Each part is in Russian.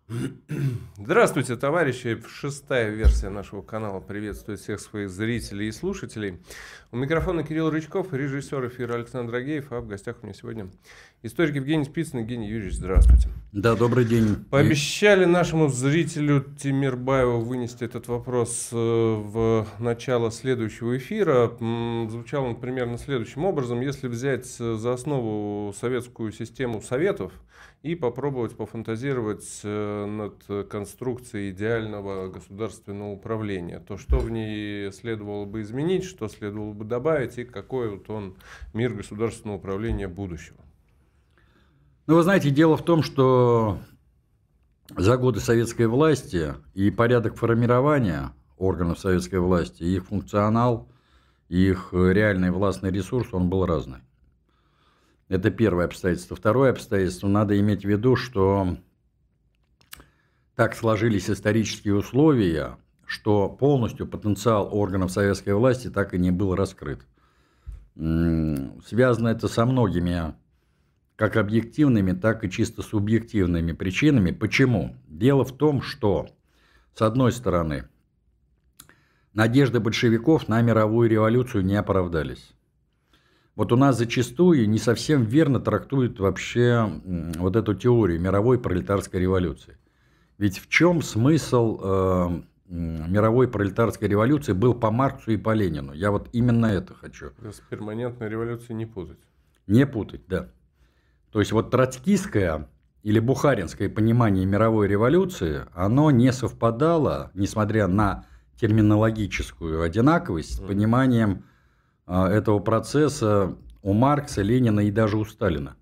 Здравствуйте, товарищи! Шестая версия нашего канала приветствует всех своих зрителей и слушателей. У микрофона Кирилл Рычков, режиссер эфира Александр Агеев, а в гостях у меня сегодня историк Евгений Спицын. Евгений Юрьевич, здравствуйте. Да, добрый день. Пообещали нашему зрителю Тимирбаеву вынести этот вопрос в начало следующего эфира. Звучал он примерно следующим образом. Если взять за основу советскую систему советов и попробовать пофантазировать над конструкцией идеального государственного управления, то что в ней следовало бы изменить, что следовало бы добавить и какой вот он мир государственного управления будущего? Ну, вы знаете, дело в том, что за годы советской власти и порядок формирования органов советской власти, их функционал, их реальный властный ресурс, он был разный. Это первое обстоятельство. Второе обстоятельство, надо иметь в виду, что так сложились исторические условия, что полностью потенциал органов советской власти так и не был раскрыт. Связано это со многими как объективными, так и чисто субъективными причинами. Почему? Дело в том, что, с одной стороны, надежды большевиков на мировую революцию не оправдались. Вот у нас зачастую не совсем верно трактуют вообще вот эту теорию мировой пролетарской революции. Ведь в чем смысл мировой пролетарской революции был по Марксу и по Ленину? Я вот именно это хочу. С перманентной революцией не путать. Не путать, да. То есть вот троцкистское или бухаринское понимание мировой революции, оно не совпадало, несмотря на терминологическую одинаковость, с пониманием этого процесса у Маркса, Ленина и даже у Сталина.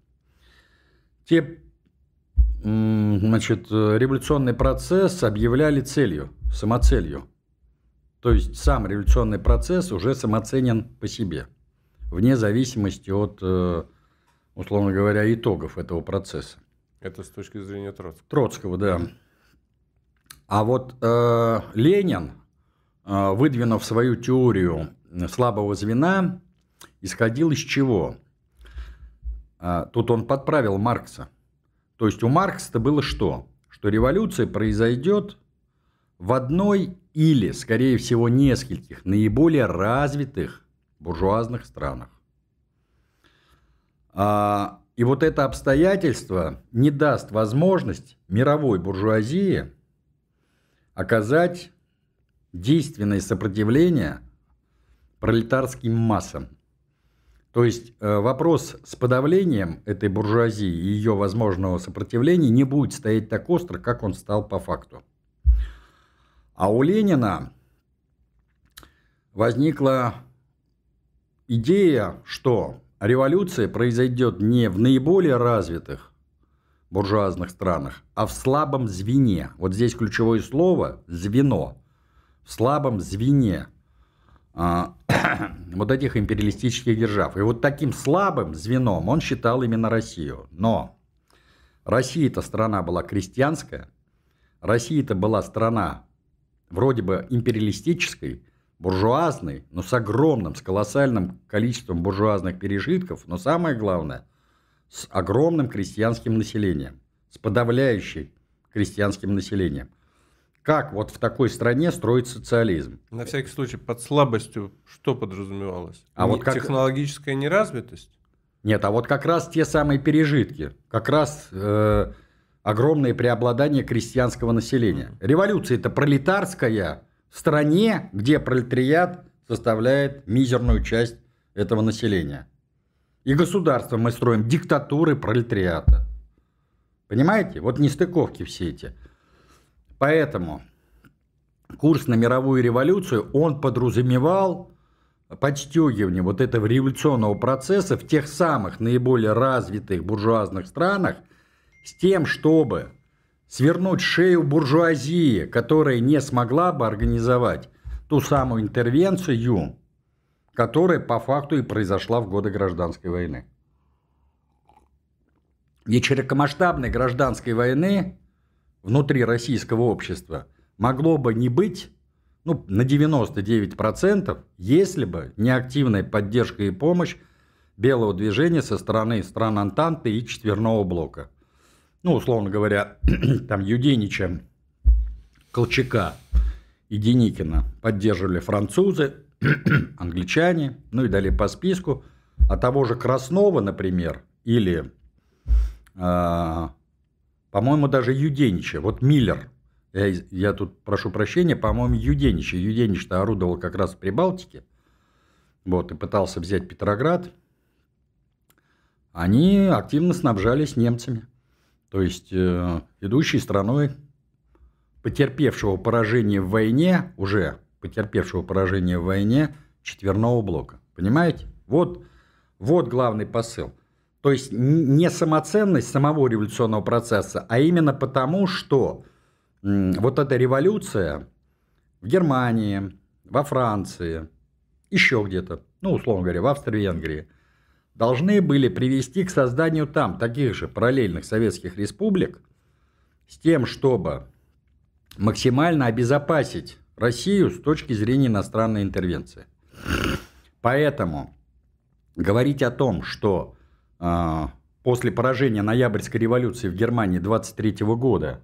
Революционный процесс объявляли целью, самоцелью. То есть сам революционный процесс уже самоценен по себе, вне зависимости от, условно говоря, итогов этого процесса. Это с точки зрения Троцкого. Троцкого, да. А вот Ленин, выдвинув свою теорию слабого звена, исходил из чего? Тут он подправил Маркса. То есть у Маркса-то было что? Что революция произойдет в одной или, скорее всего, нескольких наиболее развитых буржуазных странах. И вот это обстоятельство не даст возможность мировой буржуазии оказать действенное сопротивление пролетарским массам. То есть вопрос с подавлением этой буржуазии и ее возможного сопротивления не будет стоять так остро, как он стал по факту. А у Ленина возникла идея, что революция произойдет не в наиболее развитых буржуазных странах, а в слабом звене. Вот здесь ключевое слово – звено. В слабом звене вот этих империалистических держав. И вот таким слабым звеном он считал именно Россию. Но Россия-то страна была крестьянская, Россия-то была страна вроде бы империалистической, буржуазной, но с огромным, с колоссальным количеством буржуазных пережитков, но самое главное, с огромным крестьянским населением, с подавляющим крестьянским населением. Как вот в такой стране строить социализм? На всякий случай, под слабостью что подразумевалось? Вот технологическая неразвитость? Нет, а вот как раз те самые пережитки, как раз огромное преобладание крестьянского населения. Революция-то пролетарская в стране, где пролетариат составляет мизерную часть этого населения. И государство мы строим диктатуры пролетариата. Понимаете? Вот нестыковки все эти. Поэтому курс на мировую революцию, он подразумевал подстегивание вот этого революционного процесса в тех самых наиболее развитых буржуазных странах с тем, чтобы свернуть шею буржуазии, которая не смогла бы организовать ту самую интервенцию, которая по факту и произошла в годы гражданской войны. Ведь широкомасштабной гражданской войны внутри российского общества могло бы не быть, на 99%, если бы не активная поддержка и помощь белого движения со стороны стран Антанты и Четверного блока. ну, условно говоря, там Юденича, Колчака и Деникина поддерживали французы, англичане, ну и далее по списку. А того же Краснова, например, или, по-моему, даже Юденича, вот Миллер, я тут прошу прощения, по-моему, Юденича. Юденич-то орудовал как раз в Прибалтике, вот, и пытался взять Петроград. Они активно снабжались немцами. То есть, идущей страной, потерпевшего поражение в войне, уже потерпевшего поражение в войне четверного блока. Понимаете? Вот главный посыл. То есть, не самоценность самого революционного процесса, а именно потому, что вот эта революция в Германии, во Франции, еще где-то, ну, условно говоря, в Австро-Венгрии, должны были привести к созданию там таких же параллельных советских республик с тем, чтобы максимально обезопасить Россию с точки зрения иностранной интервенции. Поэтому говорить о том, что после поражения Ноябрьской революции в Германии 23 года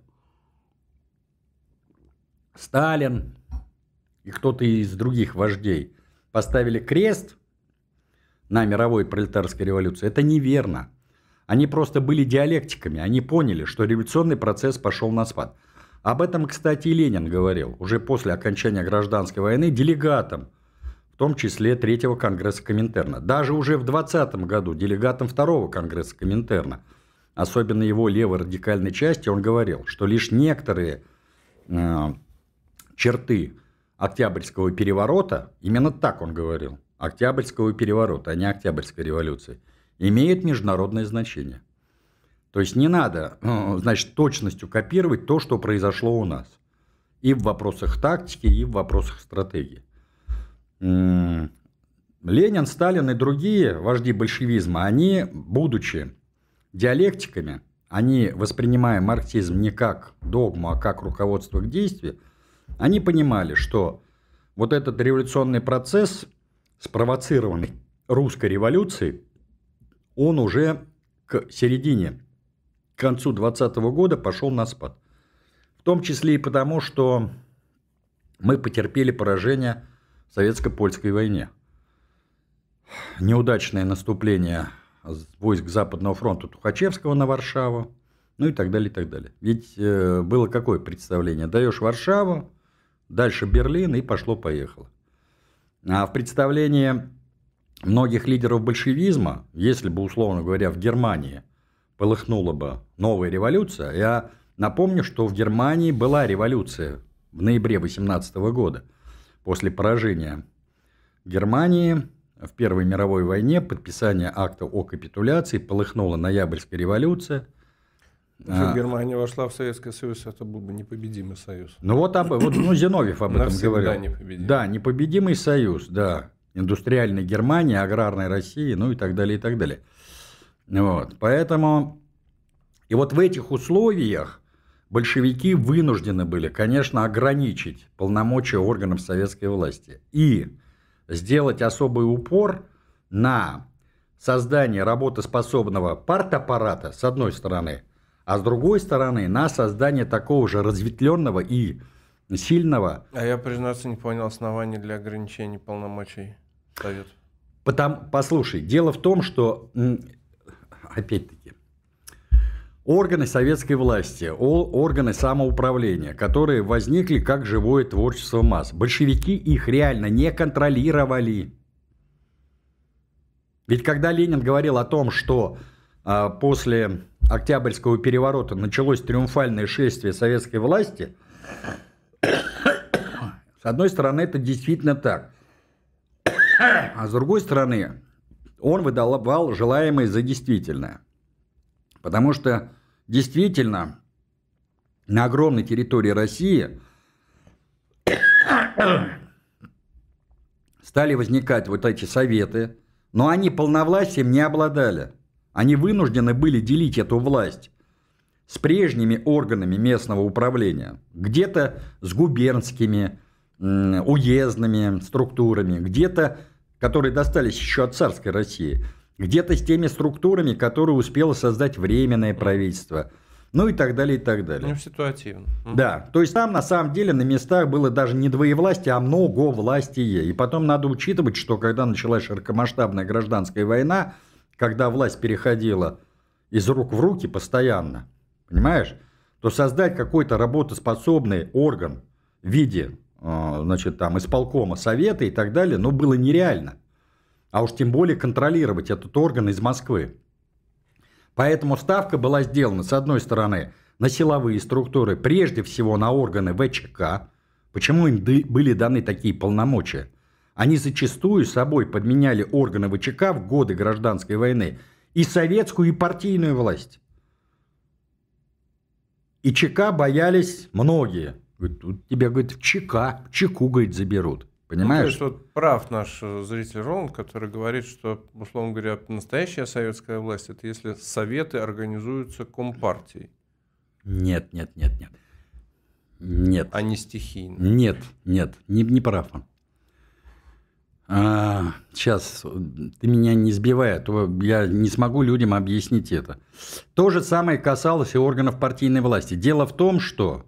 Сталин и кто-то из других вождей поставили крест на мировой пролетарской революции, это неверно. Они просто были диалектиками, они поняли, что революционный процесс пошел на спад. Об этом, кстати, и Ленин говорил уже после окончания гражданской войны делегатам, в том числе Третьего конгресса Коминтерна. Даже уже в 2020 году делегатам Второго конгресса Коминтерна, особенно его левой радикальной части, он говорил, что лишь некоторые черты Октябрьского переворота, именно так он говорил, Октябрьского переворота, а не Октябрьской революции, имеют международное значение. То есть не надо, значит, точностью копировать то, что произошло у нас. И в вопросах тактики, и в вопросах стратегии. Ленин, Сталин и другие вожди большевизма, они, будучи диалектиками, они, воспринимая марксизм не как догму, а как руководство к действию, они понимали, что вот этот революционный процесс, спровоцированный русской революцией, он уже к середине, к концу 2020 года пошел на спад. В том числе и потому, что мы потерпели поражение в советско-польской войне. Неудачное наступление войск Западного фронта Тухачевского на Варшаву, ну и так далее, и так далее. Ведь было какое представление? Даешь Варшаву, дальше Берлин, и пошло-поехало. А в представлении многих лидеров большевизма, если бы, условно говоря, в Германии полыхнула бы новая революция, я напомню, что в Германии была революция в ноябре 18 года, после поражения Германии в Первой мировой войне, подписание акта о капитуляции, полыхнула ноябрьская революция. Если Германия вошла в Советский Союз, это был бы непобедимый союз. Ну вот Зиновьев об этом говорил. Непобедимый. Да, непобедимый союз, да. Индустриальной Германии, аграрной России, ну и так далее, и так далее. Вот, поэтому, и вот в этих условиях большевики вынуждены были, конечно, ограничить полномочия органов советской власти и сделать особый упор на создание работоспособного партаппарата, с одной стороны, а с другой стороны, на создание такого же разветвленного и сильного... А я, признаться, не понял оснований для ограничения полномочий Совета. Послушай, дело в том, что, опять-таки, органы советской власти, органы самоуправления, которые возникли как живое творчество масс, большевики их реально не контролировали. Ведь когда Ленин говорил о том, что после Октябрьского переворота началось триумфальное шествие советской власти, с одной стороны, это действительно так. А с другой стороны, он выдавал желаемое за действительное. Потому что действительно на огромной территории России стали возникать вот эти советы, но они полновластием не обладали. Они вынуждены были делить эту власть с прежними органами местного управления, где-то с губернскими, уездными структурами, где-то, которые достались еще от царской России, где-то с теми структурами, которые успело создать Временное правительство, ну и так далее, и так далее. Ну, ситуативно. Да, то есть там на самом деле на местах было даже не двоевластие, а многовластие. И потом надо учитывать, что когда началась широкомасштабная гражданская война, когда власть переходила из рук в руки постоянно, понимаешь, то создать какой-то работоспособный орган в виде, значит, там, исполкома, совета и так далее, ну, было нереально. А уж тем более контролировать этот орган из Москвы. Поэтому ставка была сделана, с одной стороны, на силовые структуры, прежде всего на органы ВЧК. Почему им были даны такие полномочия? Они зачастую собой подменяли органы ВЧК в годы гражданской войны и советскую, и партийную власть. И ЧК боялись многие. Говорит, тут тебя, говорит, в ЧКу, говорит, заберут. Понимаешь? Ну, то есть, вот прав наш зритель Роланд, который говорит, что, условно говоря, настоящая советская власть — это если советы организуются компартией. Нет. А не стихийно. Нет, не прав он. Сейчас, ты меня не сбивай, а то я не смогу людям объяснить это. То же самое касалось и органов партийной власти. Дело в том, что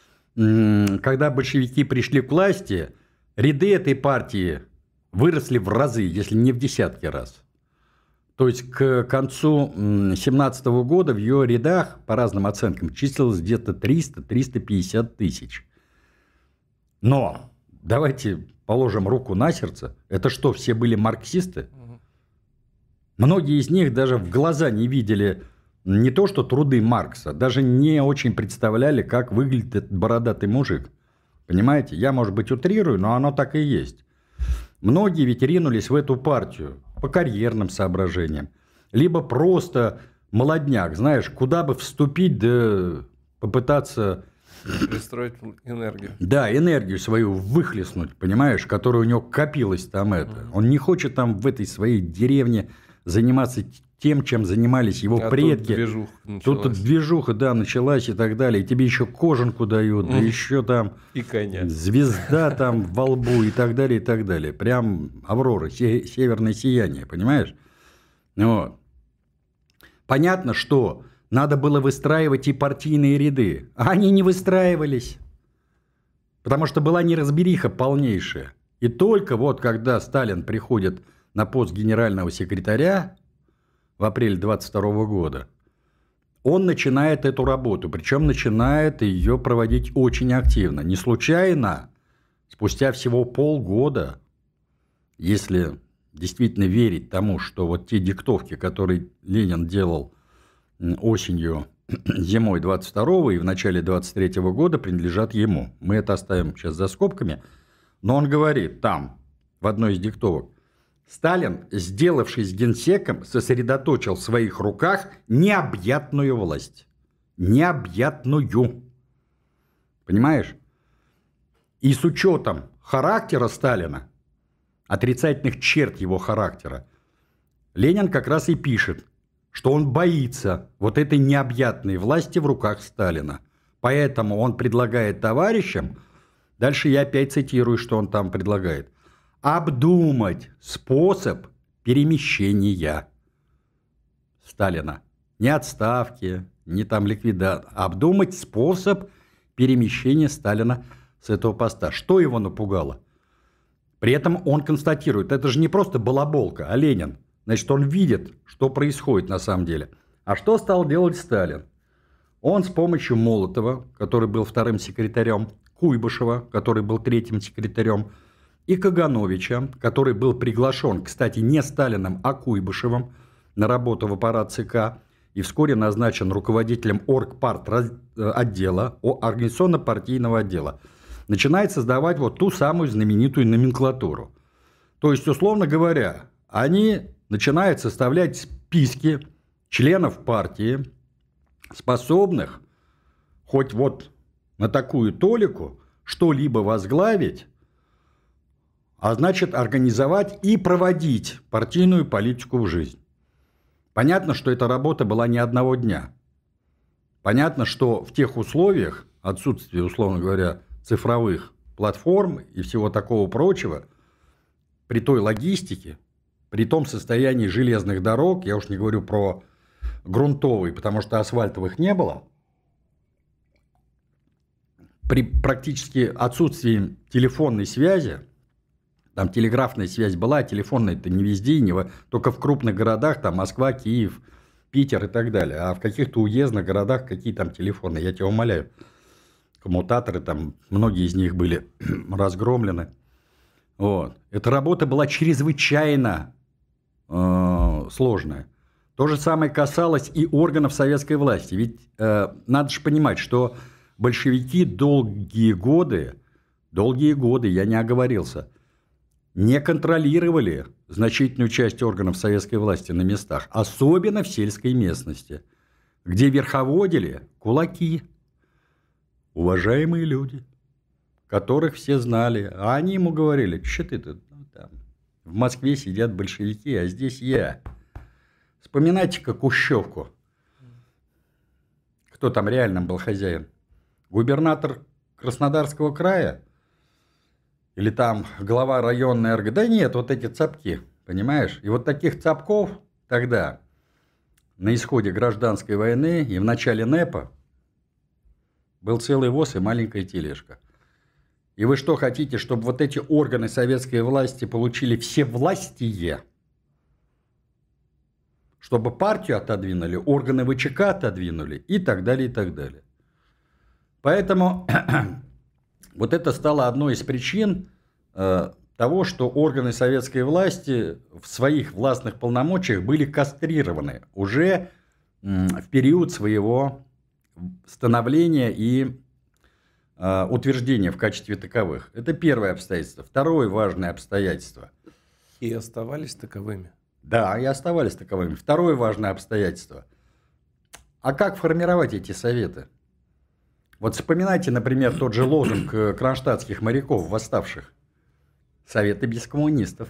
когда большевики пришли к власти, ряды этой партии выросли в разы, если не в десятки раз. То есть к концу 1917 года в ее рядах, по разным оценкам, числилось где-то 300-350 тысяч. Но давайте положим руку на сердце. Это что, все были марксисты? Многие из них даже в глаза не видели не то что труды Маркса, даже не очень представляли, как выглядит этот бородатый мужик. Понимаете? Я, может быть, утрирую, но оно так и есть. Многие ведь ринулись в эту партию по карьерным соображениям. Либо просто молодняк, знаешь, куда бы вступить, да попытаться... Пристроить энергию. Да, энергию свою выхлестнуть, понимаешь, которая у него копилась там это. Он не хочет там в этой своей деревне заниматься тем, чем занимались его предки. Тут движуха, да, началась и так далее. И тебе еще кожанку дают, да еще там... И коня. Звезда там во лбу и так далее, и так далее. Прям Аврора, северное сияние, понимаешь? Вот. Понятно, что надо было выстраивать и партийные ряды. А они не выстраивались. Потому что была неразбериха полнейшая. И только вот когда Сталин приходит на пост генерального секретаря в апреле 1922 года, он начинает эту работу. Причем начинает ее проводить очень активно. Не случайно, спустя всего полгода, если действительно верить тому, что вот те диктовки, которые Ленин делал осенью, зимой 22-го и в начале 23-го года, принадлежат ему. Мы это оставим сейчас за скобками. Но он говорит там, в одной из диктовок, Сталин, сделавшись генсеком, сосредоточил в своих руках необъятную власть. Необъятную. Понимаешь? И с учетом характера Сталина, отрицательных черт его характера, Ленин как раз и пишет, что он боится вот этой необъятной власти в руках Сталина. Поэтому он предлагает товарищам, дальше я опять цитирую, что он там предлагает, обдумать способ перемещения Сталина. Не отставки, не там ликвидации, обдумать способ перемещения Сталина с этого поста. Что его напугало? При этом он констатирует, это же не просто балаболка, а Ленин. Значит, он видит, что происходит на самом деле. А что стал делать Сталин? Он с помощью Молотова, который был вторым секретарем, Куйбышева, который был третьим секретарем, и Кагановича, который был приглашен, кстати, не Сталиным, а Куйбышевым, на работу в аппарат ЦК, и вскоре назначен руководителем оргпарт отдела, организационно-партийного отдела, начинает создавать вот ту самую знаменитую номенклатуру. То есть, условно говоря, они начинают составлять списки членов партии, способных хоть вот на такую толику что-либо возглавить, а значит организовать и проводить партийную политику в жизнь. Понятно, что эта работа была не одного дня. Понятно, что в тех условиях отсутствия, условно говоря, цифровых платформ и всего такого прочего, при той логистике, при том состоянии железных дорог, я уж не говорю про грунтовые, потому что асфальтовых не было, при практически отсутствии телефонной связи, там телеграфная связь была, а телефонная-то не везде, только в крупных городах, там Москва, Киев, Питер и так далее. А в каких-то уездных городах какие там телефоны, я тебя умоляю. Коммутаторы там, многие из них были разгромлены. Вот. Эта работа была чрезвычайно сложная. То же самое касалось и органов советской власти. Ведь надо же понимать, что большевики долгие годы, я не оговорился, не контролировали значительную часть органов советской власти на местах, особенно в сельской местности, где верховодили кулаки, уважаемые люди, которых все знали. А они ему говорили: что ты тут, там, в Москве сидят большевики, а здесь я. Вспоминайте-ка Кущевку. Кто там реально был хозяин? Губернатор Краснодарского края? Или там глава районной РГ? Да нет, вот эти цапки, понимаешь? И вот таких цапков тогда, на исходе гражданской войны и в начале НЭПа, был целый воз и маленькая тележка. И вы что хотите, чтобы вот эти органы советской власти получили всевластие? Чтобы партию отодвинули, органы ВЧК отодвинули и так далее, и так далее. Поэтому вот это стало одной из причин того, что органы советской власти в своих властных полномочиях были кастрированы уже в период своего становления и утверждения в качестве таковых. Это первое обстоятельство. Второе важное обстоятельство. И оставались таковыми. Да, и оставались таковыми. Второе важное обстоятельство. А как формировать эти советы? Вот вспоминайте, например, тот же лозунг кронштадтских моряков, восставших. Советы без коммунистов.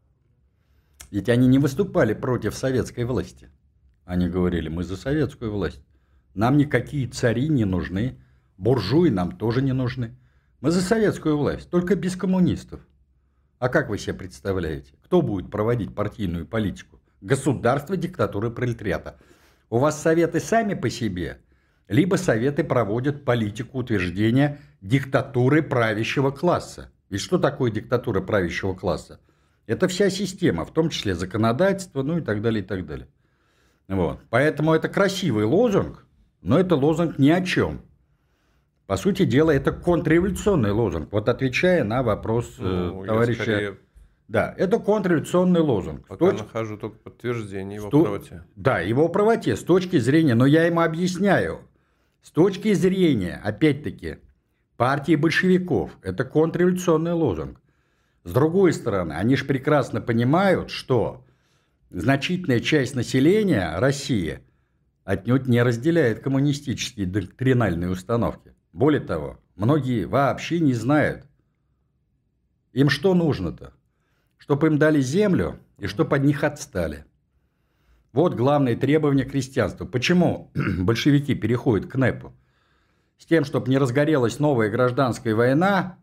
Ведь они не выступали против советской власти. Они говорили: мы за советскую власть. Нам никакие цари не нужны. Буржуи нам тоже не нужны. Мы за советскую власть, только без коммунистов. А как вы себе представляете? Кто будет проводить партийную политику? Государство, диктатуры пролетариата. У вас советы сами по себе, либо советы проводят политику утверждения диктатуры правящего класса. Ведь что такое диктатура правящего класса? Это вся система, в том числе законодательство, ну и так далее, и так далее. Вот. Поэтому это красивый лозунг, но это лозунг ни о чем. По сути дела, это контрреволюционный лозунг. Вот отвечая на вопрос товарища... Скорее... Да, это контрреволюционный лозунг. Пока нахожу только подтверждение его правоте. Да, его правоте с точки зрения... Но я ему объясняю. С точки зрения, опять-таки, партии большевиков, это контрреволюционный лозунг. С другой стороны, они же прекрасно понимают, что значительная часть населения России отнюдь не разделяет коммунистические доктринальные установки. Более того, многие вообще не знают, им что нужно-то? Чтобы им дали землю и чтобы от них отстали. Вот главные требования крестьянства. Почему большевики переходят к НЭПу? С тем, чтобы не разгорелась новая гражданская война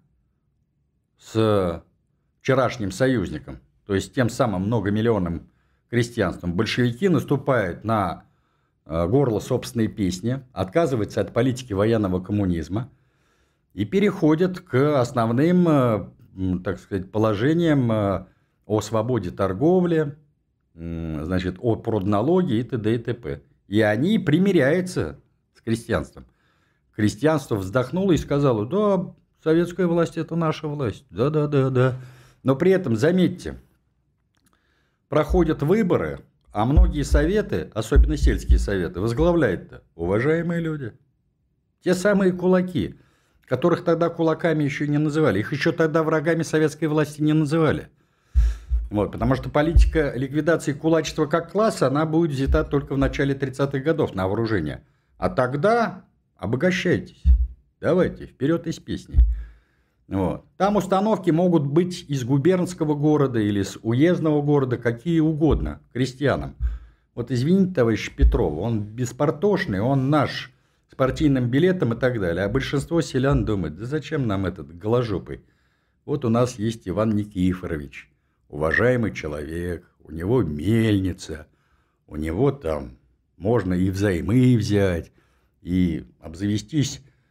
с вчерашним союзником, то есть тем самым многомиллионным крестьянством. Большевики наступают на горло собственной песни, отказываются от политики военного коммунизма и переходят к основным, так сказать, положениям о свободе торговли, значит, о продналоге и т.д. и т.п. И они примиряются с крестьянством. Крестьянство вздохнуло и сказало: да, советская власть – это наша власть, да. Но при этом, заметьте, проходят выборы, а многие советы, особенно сельские советы, возглавляют-то уважаемые люди. Те самые кулаки, которых тогда кулаками еще не называли. Их еще тогда врагами советской власти не называли. Вот, потому что политика ликвидации кулачества как класса, она будет взята только в начале 30-х годов на вооружение. А тогда обогащайтесь. Давайте, вперед из песни. Вот. Там установки могут быть из губернского города или с уездного города, какие угодно, крестьянам. Вот извините, товарищ Петров, он беспартошный, он наш, с партийным билетом и так далее. А большинство селян думает: да зачем нам этот голожопый? Вот у нас есть Иван Никифорович, уважаемый человек, у него мельница, у него там можно и взаймы взять, и обзавестись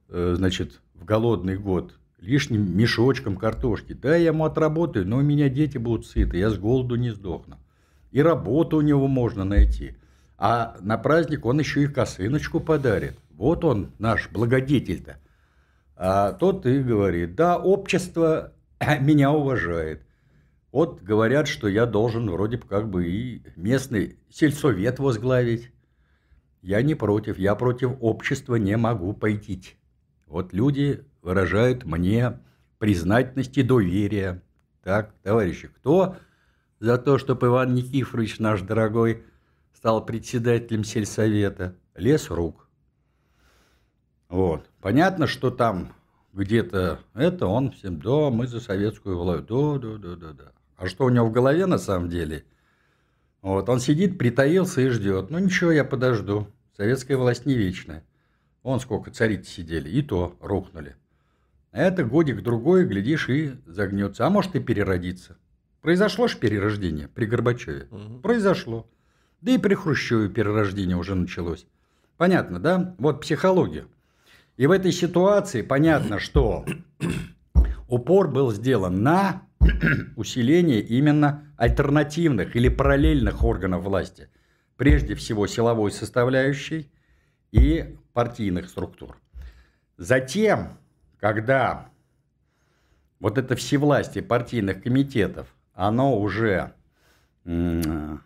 значит, в голодный год лишним мешочком картошки. Да, я ему отработаю, но у меня дети будут сыты, я с голоду не сдохну. И работу у него можно найти. А на праздник он еще и косыночку подарит. Вот он, наш благодетель-то. А тот и говорит, да, общество меня уважает. Вот говорят, что я должен вроде бы как бы и местный сельсовет возглавить. Я не против, я против общества не могу пойти. Вот люди выражают мне признательность и доверие. Так, товарищи, кто за то, чтобы Иван Никифорович, наш дорогой, стал председателем сельсовета? Лес рук. Вот. Понятно, что там где-то это он всем, да, мы за советскую власть, да. А что у него в голове на самом деле? Вот, он сидит, притаился и ждет. Ну ничего, я подожду. Советская власть не вечная. Вон сколько царицы сидели, и то рухнули. А это годик-другой, глядишь, и загнется. А может и переродится. Произошло же перерождение при Горбачеве? Произошло. Да и при Хрущеве перерождение уже началось. Понятно, да? Вот психология. И в этой ситуации понятно, что упор был сделан на усиление именно альтернативных или параллельных органов власти. Прежде всего силовой составляющей и партийных структур. Затем, когда вот это всевластие партийных комитетов, оно уже, ну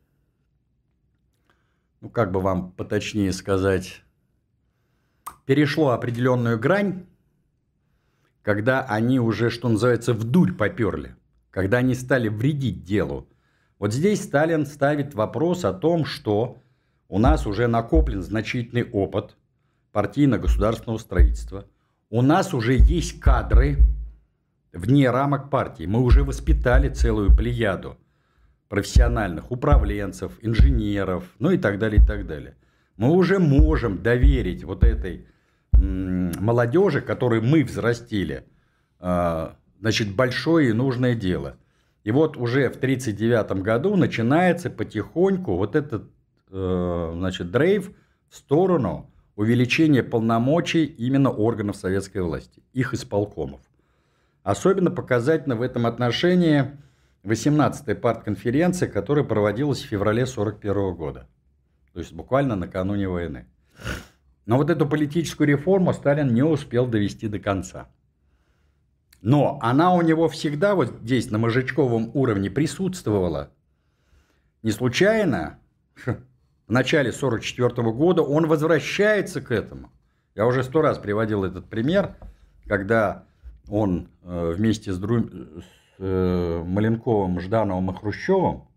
как бы вам поточнее сказать, перешло определенную грань, когда они уже, что называется, вдурь поперли, когда они стали вредить делу. Вот здесь Сталин ставит вопрос о том, что у нас уже накоплен значительный опыт партийно-государственного строительства. У нас уже есть кадры вне рамок партии. Мы уже воспитали целую плеяду профессиональных управленцев, инженеров, ну и так далее, и так далее. Мы уже можем доверить вот этой молодежи, которую мы взрастили, значит, большое и нужное дело. И вот уже в 1939 году начинается потихоньку вот этот, значит, дрейф в сторону увеличения полномочий именно органов советской власти, их исполкомов. Особенно показательно в этом отношении 18-я партконференция, которая проводилась в феврале 1941 года. То есть буквально накануне войны. Но вот эту политическую реформу Сталин не успел довести до конца. Но она у него всегда вот здесь на мозжечковом уровне присутствовала. Не случайно в начале 1944 года он возвращается к этому. Я уже 100 раз приводил этот пример, когда он вместе с Маленковым, Ждановым и Хрущевым,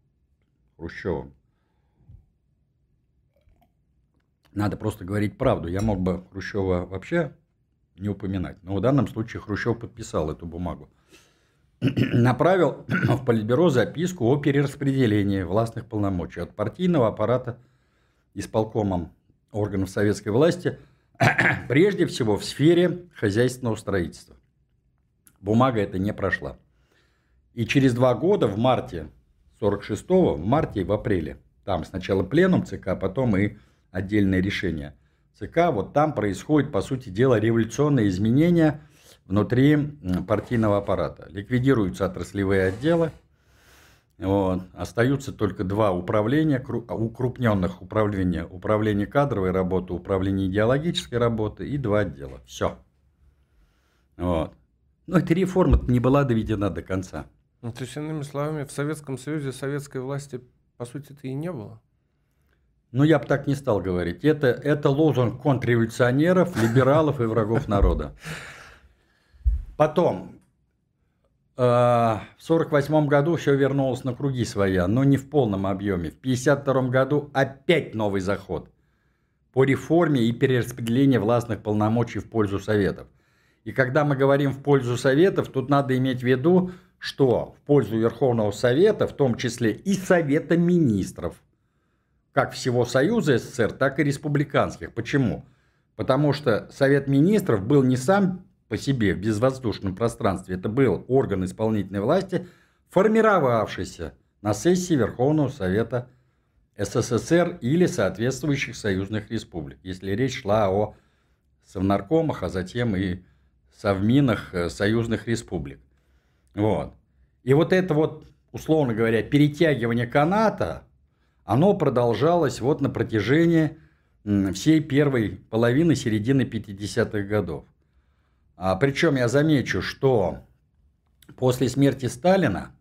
надо просто говорить правду. Я мог бы Хрущева вообще не упоминать. Но в данном случае Хрущев подписал эту бумагу. Направил в Политбюро записку о перераспределении властных полномочий от партийного аппарата исполкомом органов советской власти, прежде всего в сфере хозяйственного строительства. Бумага эта не прошла. И через 2 года, в марте 1946-го, в марте и в апреле, там сначала пленум ЦК, а потом и отдельное решение ЦК, вот там происходит, по сути дела, революционные изменения внутри партийного аппарата. Ликвидируются отраслевые отделы, вот, остаются только 2 управления, укрупненных управления: управление кадровой работы, управление идеологической работы и 2 отдела. Все. Вот. Но эта реформа не была доведена до конца. Ну, то есть, иными словами, в Советском Союзе советской власти, по сути-то, и не было. Ну, я бы так не стал говорить. Это лозунг контрреволюционеров, либералов и врагов народа. Потом, в 1948 году все вернулось на круги своя, но не в полном объеме. В 1952 году опять новый заход по реформе и перераспределению властных полномочий в пользу Советов. И когда мы говорим в пользу Советов, тут надо иметь в виду, что в пользу Верховного Совета, в том числе и Совета Министров, как всего Союза СССР, так и республиканских. Почему? Потому что Совет Министров был не сам по себе в безвоздушном пространстве, это был орган исполнительной власти, формировавшийся на сессии Верховного Совета СССР или соответствующих союзных республик, если речь шла о совнаркомах, а затем и совминах союзных республик. Вот. И вот это вот, условно говоря, перетягивание каната, оно продолжалось вот на протяжении всей первой половины, середины 50-х годов. Причем я замечу, что после смерти Сталина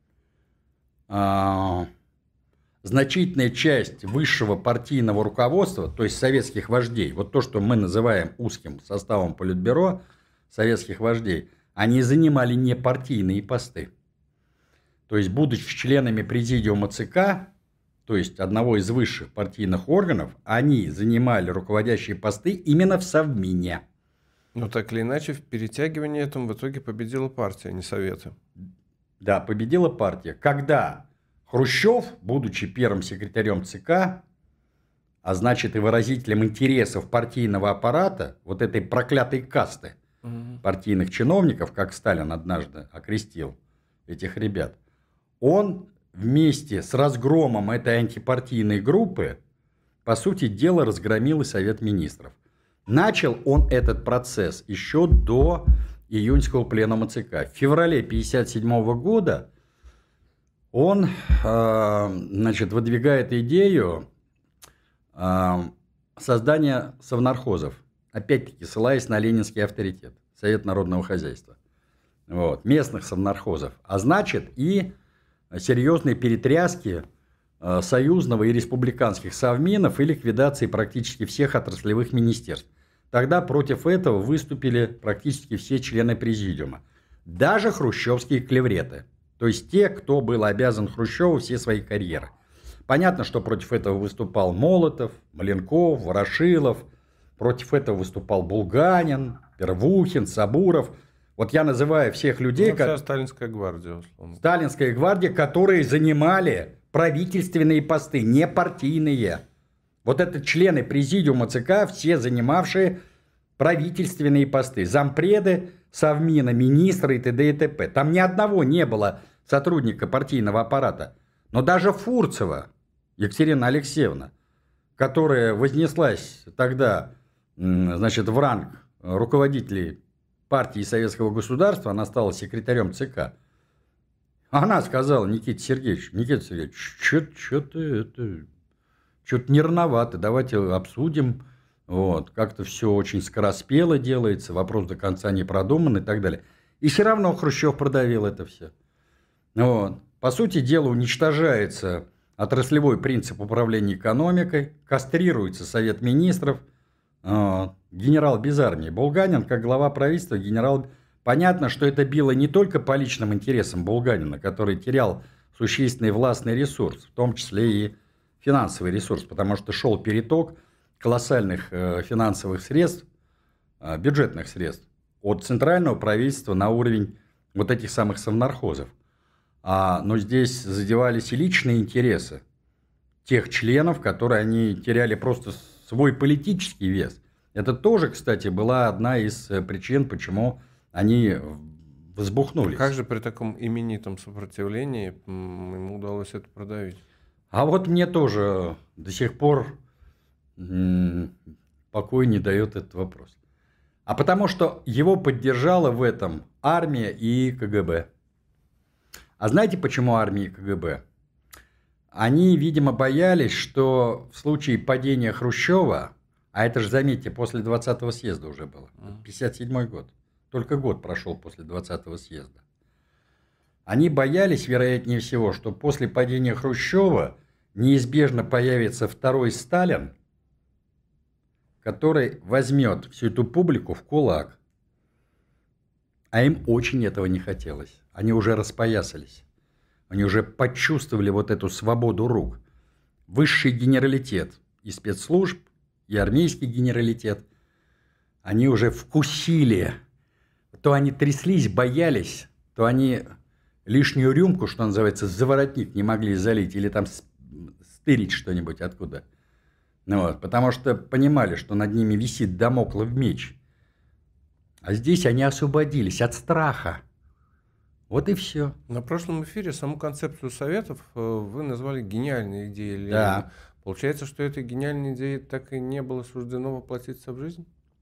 значительная часть высшего партийного руководства, то есть советских вождей, вот то, что мы называем узким составом политбюро советских вождей, они занимали непартийные посты. То есть, будучи членами президиума ЦК, то есть одного из высших партийных органов, они занимали руководящие посты именно в Совмине. Но так или иначе, в перетягивании этом в итоге победила партия, а не Советы. Да, победила партия. Когда Хрущев, будучи первым секретарем ЦК, а значит и выразителем интересов партийного аппарата, вот этой проклятой касты партийных чиновников, как Сталин однажды окрестил этих ребят, он вместе с разгромом этой антипартийной группы, по сути дела, разгромил и Совет Министров. Начал он этот процесс еще до июньского пленума ЦК. В феврале 1957 года он выдвигает идею создания совнархозов, опять-таки ссылаясь на ленинский авторитет, Совет народного хозяйства, вот, местных совнархозов, а значит и серьезные перетряски союзного и республиканских совминов и ликвидации практически всех отраслевых министерств. Тогда против этого выступили практически все члены президиума, даже хрущевские клевреты, то есть те, кто был обязан Хрущеву все свои карьеры. Понятно, что против этого выступал Молотов, Маленков, Ворошилов, против этого выступал Булганин, Первухин, Сабуров. Вот я называю всех людей... Вся Сталинская гвардия, условно. Сталинская гвардия, которые занимали правительственные посты, не партийные. Вот это члены президиума ЦК, все занимавшие правительственные посты. Зампреды, совмина, министры и т.д. и т.п. Там ни одного не было сотрудника партийного аппарата. Но даже Фурцева Екатерина Алексеевна, которая вознеслась тогда, в ранг руководителей партии Советского государства, она стала секретарем ЦК. Она сказала Никите Сергеевичу: Никита Сергеевич, что-то нервновато, давайте обсудим. Вот, как-то все очень скороспело делается, вопрос до конца не продуман и так далее. И все равно Хрущев продавил это все. Вот. По сути дела, уничтожается отраслевой принцип управления экономикой, кастрируется Совет Министров, генерал без армии. Булганин, как глава правительства, генерал... Понятно, что это било не только по личным интересам Булганина, который терял существенный властный ресурс, в том числе и финансовый ресурс, потому что шел переток колоссальных финансовых средств, бюджетных средств от центрального правительства на уровень вот этих самых совнархозов. Но здесь задевались и личные интересы тех членов, которые они теряли просто свой политический вес. Это тоже, кстати, была одна из причин, почему они взбухнулись. Как же при таком именитом сопротивлении ему удалось это продавить? А вот мне тоже до сих пор покоя не дает этот вопрос. А потому что его поддержала в этом армия и КГБ. А знаете, почему армия и КГБ? Они, видимо, боялись, что в случае падения Хрущева, а это же, заметьте, после 20-го съезда уже было, 57-й год, только год прошел после 20-го съезда. Они боялись, вероятнее всего, что после падения Хрущева неизбежно появится второй Сталин, который возьмет всю эту публику в кулак. А им очень этого не хотелось. Они уже распоясались. Они уже почувствовали вот эту свободу рук. Высший генералитет и спецслужб, и армейский генералитет, они уже вкусили. То они тряслись, боялись, то они лишнюю рюмку, что называется, за воротник не могли залить или там стырить что-нибудь откуда. Вот, потому что понимали, что над ними висит дамоклов меч. А здесь они освободились от страха. Вот и все. На прошлом эфире саму концепцию советов вы назвали гениальной идеей Ленина. Да. Получается, что этой гениальной идеи так и не было суждено воплотиться в жизнь?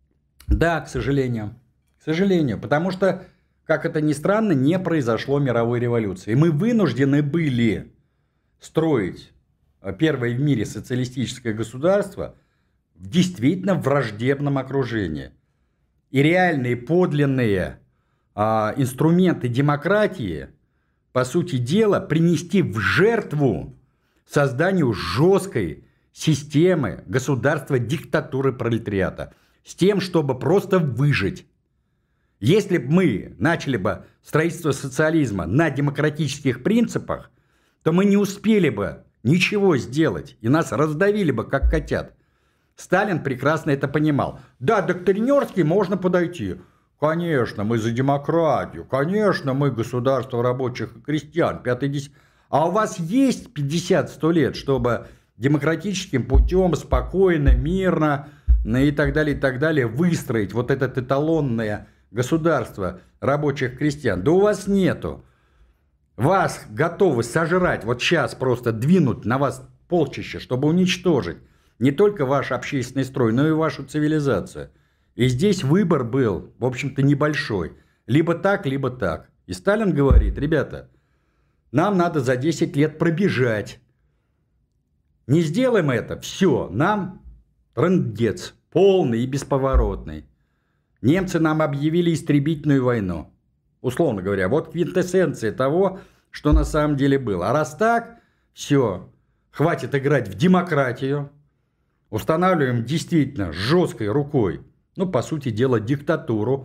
Да, к сожалению. К сожалению. Потому что, как это ни странно, не произошло мировой революции. И мы вынуждены были строить первое в мире социалистическое государство в действительно враждебном окружении. И реальные подлинные инструменты демократии, по сути дела, принести в жертву созданию жесткой системы государства диктатуры пролетариата. С тем, чтобы просто выжить. Если бы мы начали бы строительство социализма на демократических принципах, то мы не успели бы ничего сделать, и нас раздавили бы, как котят. Сталин прекрасно это понимал. Да, доктринерски можно подойти. Конечно, мы за демократию, конечно, мы государство рабочих и крестьян, 5-10. А у вас есть 50-100 лет, чтобы демократическим путем, спокойно, мирно и так далее, выстроить вот это эталонное государство рабочих крестьян? Да у вас нету. Вас готовы сожрать, вот сейчас просто двинуть на вас полчища, чтобы уничтожить не только ваш общественный строй, но и вашу цивилизацию. И здесь выбор был, в общем-то, небольшой. Либо так, либо так. И Сталин говорит: ребята, нам надо за 10 лет пробежать. Не сделаем это, все, нам трындец, полный и бесповоротный. Немцы нам объявили истребительную войну. Условно говоря, вот квинтэссенция того, что на самом деле было. А раз так, все, хватит играть в демократию. Устанавливаем действительно жесткой рукой, по сути дела, диктатуру,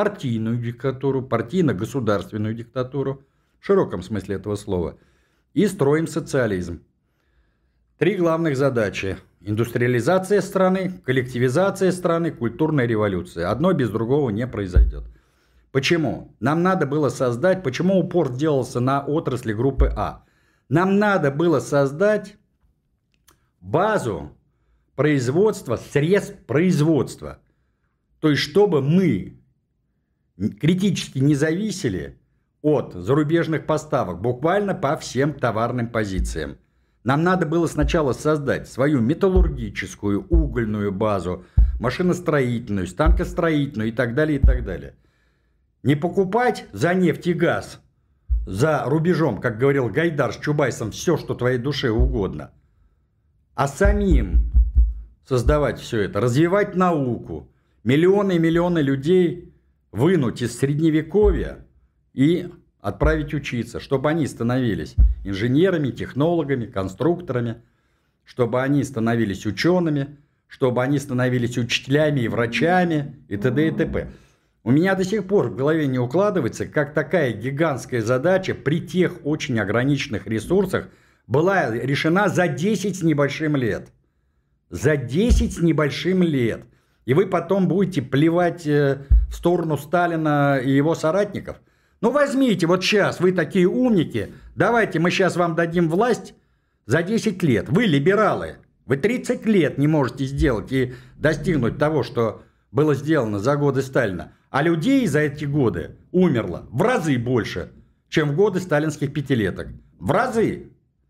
партийно-государственную диктатуру, в широком смысле этого слова, и строим социализм. 3 главных задачи: индустриализация страны, коллективизация страны, культурная революция. Одно без другого не произойдет. Почему? Нам надо было создать, почему упор делался на отрасли группы А? Нам надо было создать базу производства, средств производства. То есть, чтобы мы критически не зависели от зарубежных поставок, буквально по всем товарным позициям. Нам надо было сначала создать свою металлургическую, угольную базу, машиностроительную, станкостроительную и так далее, и так далее. Не покупать за нефть и газ, за рубежом, как говорил Гайдар с Чубайсом, все, что твоей душе угодно, а самим создавать все это, развивать науку, миллионы и миллионы людей вынуть из средневековья и отправить учиться, чтобы они становились инженерами, технологами, конструкторами, чтобы они становились учеными, чтобы они становились учителями и врачами и т.д. и т.п. У меня до сих пор в голове не укладывается, как такая гигантская задача при тех очень ограниченных ресурсах была решена за 10 с небольшим лет. За 10 с небольшим лет. И вы потом будете плевать в сторону Сталина и его соратников. Ну возьмите, вот сейчас вы такие умники, давайте мы сейчас вам дадим власть за 10 лет. Вы либералы, вы 30 лет не можете сделать и достигнуть того, что было сделано за годы Сталина. А людей за эти годы умерло в разы больше, чем в годы сталинских пятилеток. В разы.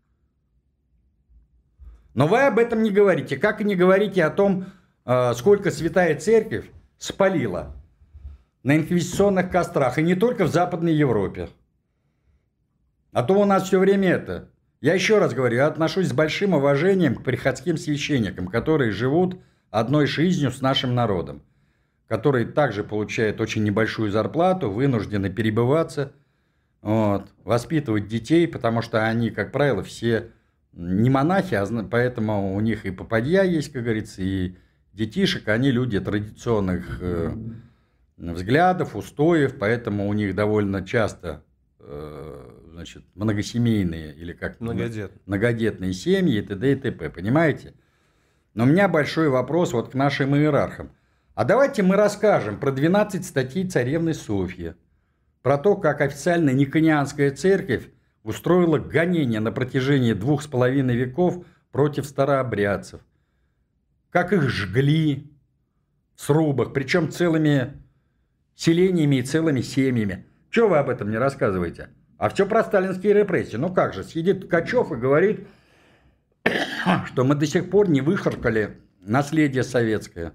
Но вы об этом не говорите. Как и не говорите о том, сколько Святая Церковь спалила на инквизиционных кострах. И не только в Западной Европе. А то у нас все время это. Я еще раз говорю, я отношусь с большим уважением к приходским священникам, которые живут одной жизнью с нашим народом. Которые также получают очень небольшую зарплату, вынуждены перебываться, воспитывать детей, потому что они, как правило, все не монахи, поэтому у них и попадья есть, как говорится, и детишек, они люди традиционных взглядов, устоев, поэтому у них довольно часто многосемейные или как многодетные семьи и т.д. и т.п. Понимаете? Но у меня большой вопрос вот к нашим иерархам. А давайте мы расскажем про 12 статей царевны Софьи, про то, как официальная Никонианская церковь устроила гонения на протяжении 2,5 веков против старообрядцев, как их жгли в срубах, причем целыми селениями и целыми семьями. Чего вы об этом не рассказываете? А все про сталинские репрессии. Ну как же, сидит Ткачев и говорит, что мы до сих пор не выхаркали наследие советское.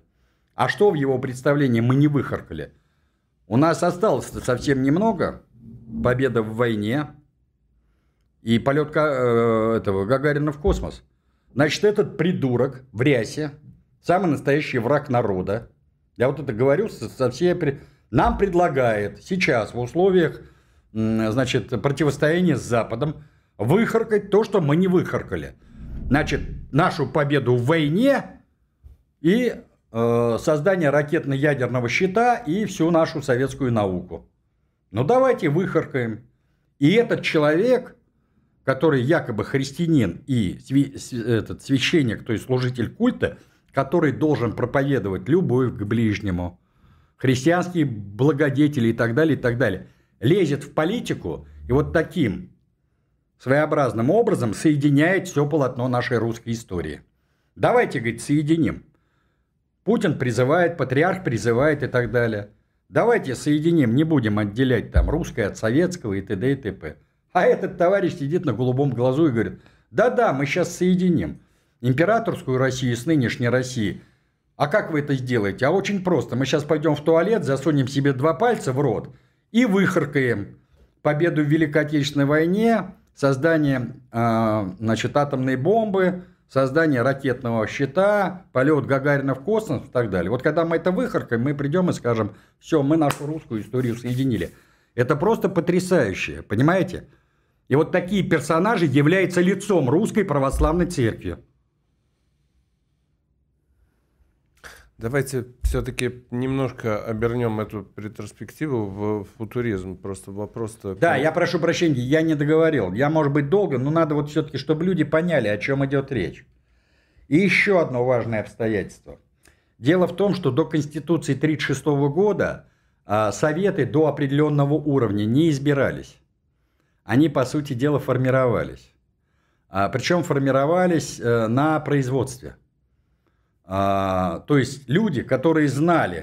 А что в его представлении мы не выхаркали? У нас осталось совсем немного. Победа в войне и полет этого Гагарина в космос. Значит, этот придурок в рясе, самый настоящий враг народа, я вот это говорю со всей... Нам предлагает сейчас в условиях, значит, противостояния с Западом выхаркать то, что мы не выхаркали. Значит, нашу победу в войне и создание ракетно-ядерного щита и всю нашу советскую науку. Ну, давайте выхаркаем. И этот человек, который якобы христианин и этот священник, то есть служитель культа, который должен проповедовать любовь к ближнему, христианские благодетели и так далее, лезет в политику и вот таким своеобразным образом соединяет все полотно нашей русской истории. Давайте, говорит, соединим. Путин призывает, патриарх призывает и так далее. Давайте соединим, не будем отделять там русское от советского и т.д. и т.п. А этот товарищ сидит на голубом глазу и говорит, да-да, мы сейчас соединим императорскую Россию с нынешней Россией. А как вы это сделаете? А очень просто. Мы сейчас пойдем в туалет, засунем себе 2 пальца в рот и выхаркаем победу в Великой Отечественной войне, создание значит, атомной бомбы, создание ракетного щита, полет Гагарина в космос и так далее. Вот когда мы это выхаркаем, мы придем и скажем, все, мы нашу русскую историю соединили. Это просто потрясающе, понимаете? И вот такие персонажи являются лицом русской православной церкви. Давайте все-таки немножко обернем эту ретроспективу в футуризм. Просто вопрос-то... Да, я прошу прощения, я не договорил. Я, может быть, долго, но надо вот все-таки, чтобы люди поняли, о чем идет речь. И еще одно важное обстоятельство. Дело в том, что до Конституции 1936 года советы до определенного уровня не избирались. Они, по сути дела, формировались. Причем формировались на производстве. То есть люди, которые знали,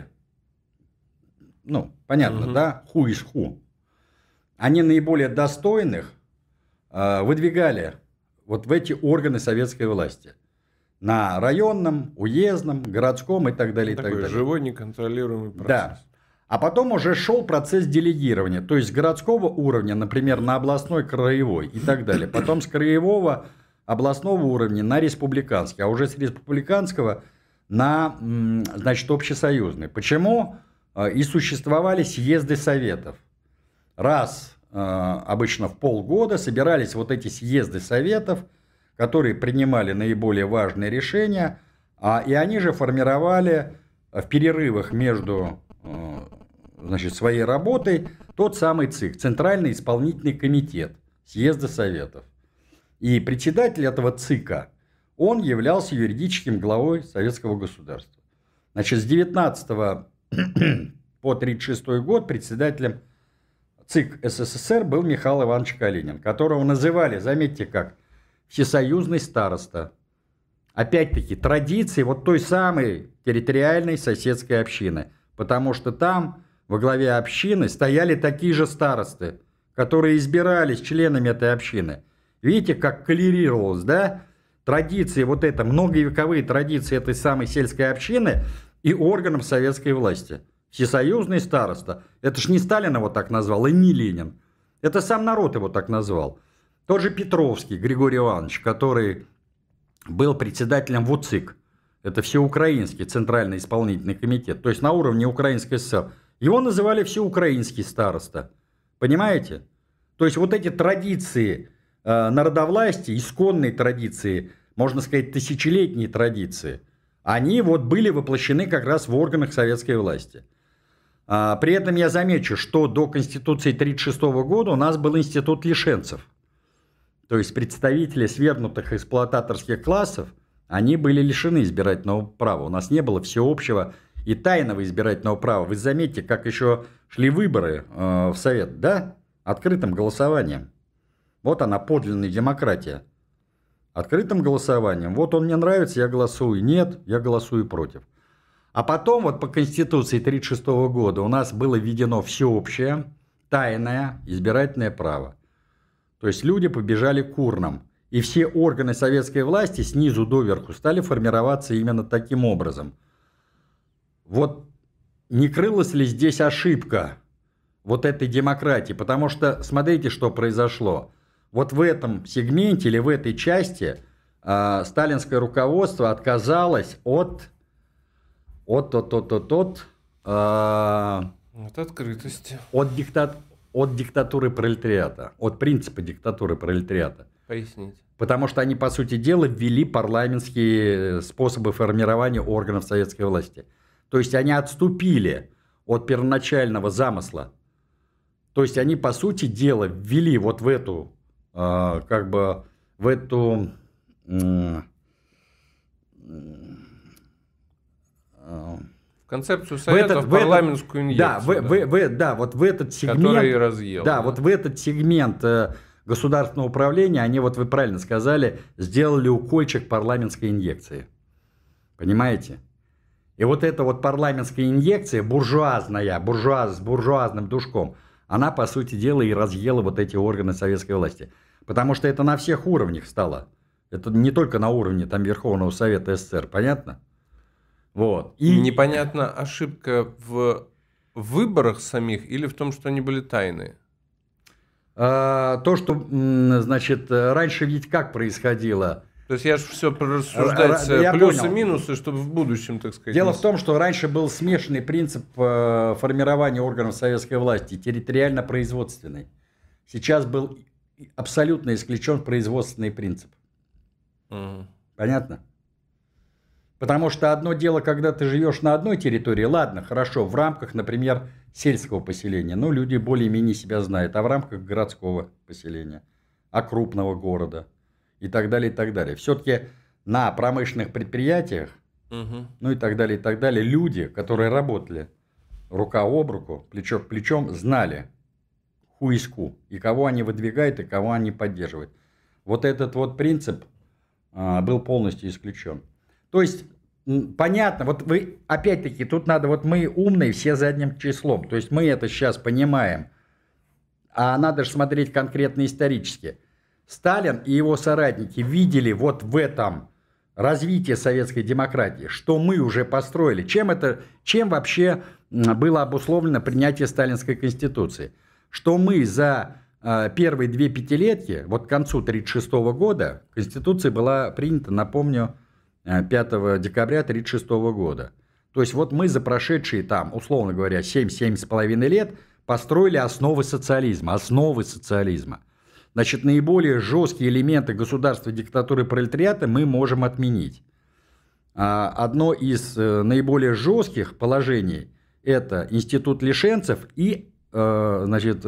ну, понятно, да, who is who, они наиболее достойных выдвигали вот в эти органы советской власти. На районном, уездном, городском и так далее. Такой и так далее. Живой, неконтролируемый процесс. Да. А потом уже шел процесс делегирования. То есть с городского уровня, например, на областной, краевой и так далее. Потом с краевого, областного уровня на республиканский. А уже с республиканского на, значит, общесоюзный. Почему? И существовали съезды советов. Раз, обычно в полгода, собирались вот эти съезды советов, которые принимали наиболее важные решения, и они же формировали в перерывах между, значит, своей работой тот самый ЦИК, Центральный исполнительный комитет съезда советов. И председатель этого ЦИКа, он являлся юридическим главой советского государства. Значит, с 19 по 1936 год председателем ЦИК СССР был Михаил Иванович Калинин, которого называли, заметьте как, всесоюзный староста. Опять-таки, традиции вот той самой территориальной соседской общины. Потому что там во главе общины стояли такие же старосты, которые избирались членами этой общины. Видите, как коллерировалось, да? Традиции, вот это, многовековые традиции этой самой сельской общины и органов советской власти. Всесоюзный староста. Это ж не Сталин его так назвал, и не Ленин. Это сам народ его так назвал. Тот же Петровский Григорий Иванович, который был председателем ВУЦИК. Это Всеукраинский Центральный исполнительный комитет. То есть на уровне Украинской ССР. Его называли всеукраинский староста. Понимаете? То есть вот эти традиции народовластия, исконные традиции, можно сказать, тысячелетние традиции, они вот были воплощены как раз в органах советской власти. При этом я замечу, что до Конституции 1936 года у нас был институт лишенцев. То есть представители свергнутых эксплуататорских классов, они были лишены избирательного права. У нас не было всеобщего и тайного избирательного права. Вы заметьте, как еще шли выборы в Совет, да? Открытым голосованием. Вот она, подлинная демократия. Открытым голосованием. Вот он мне нравится, я голосую. Нет, я голосую против. А потом вот по Конституции 1936 года у нас было введено всеобщее, тайное избирательное право. То есть люди побежали к урнам. И все органы советской власти снизу доверху стали формироваться именно таким образом. вот не крылась ли здесь ошибка вот этой демократии? Потому что смотрите, что произошло. Вот в этом сегменте или в этой части сталинское руководство отказалось от открытости. От диктатуры пролетариата, от принципа диктатуры пролетариата. Поясните. Потому что они, по сути дела, ввели парламентские способы формирования органов советской власти. То есть они отступили от первоначального замысла. То есть они, по сути дела, ввели вот в эту, концепцию Совета в парламентскую инъекцию. Да, вот в этот сегмент. Который и разъел. Да, вот в этот сегмент государственного управления, они, вот вы правильно сказали, сделали укольчик парламентской инъекции. Понимаете? И вот эта вот парламентская инъекция, с буржуазным душком, она, по сути дела, и разъела вот эти органы советской власти. Потому что это на всех уровнях стало. Это не только на уровне там, Верховного Совета СССР, понятно? Вот. И непонятна ошибка в выборах самих или в том, что они были тайные? То, что, значит, раньше ведь как происходило? То есть я же все прорассуждать плюсы-минусы, чтобы в будущем, так сказать. Дело в том, что раньше был смешанный принцип формирования органов советской власти, территориально-производственный. Сейчас был абсолютно исключен производственный принцип. Понятно? Потому что одно дело, когда ты живешь на одной территории, ладно, хорошо, в рамках, например, сельского поселения, ну, люди более-менее себя знают, а в рамках городского поселения, а крупного города и так далее, и так далее. Все-таки на промышленных предприятиях, ну и так далее, люди, которые работали рука об руку, плечо к плечом, знали who is who, и кого они выдвигают, и кого они поддерживают. Вот этот вот принцип был полностью исключен. То есть, понятно, вот вы, опять-таки, тут надо, вот мы умные все задним числом, то есть мы это сейчас понимаем, а надо же смотреть конкретно исторически. Сталин и его соратники видели вот в этом развитии советской демократии, что мы уже построили. Чем вообще было обусловлено принятие Сталинской Конституции? Что мы за первые 2 пятилетки, вот к концу 1936 года, Конституция была принята, напомню, 5 декабря 1936 года. То есть вот мы за прошедшие там, условно говоря, 7-7,5 лет построили основы социализма. Значит, наиболее жесткие элементы государства диктатуры пролетариата мы можем отменить. Одно из наиболее жестких положений – это институт лишенцев и, значит,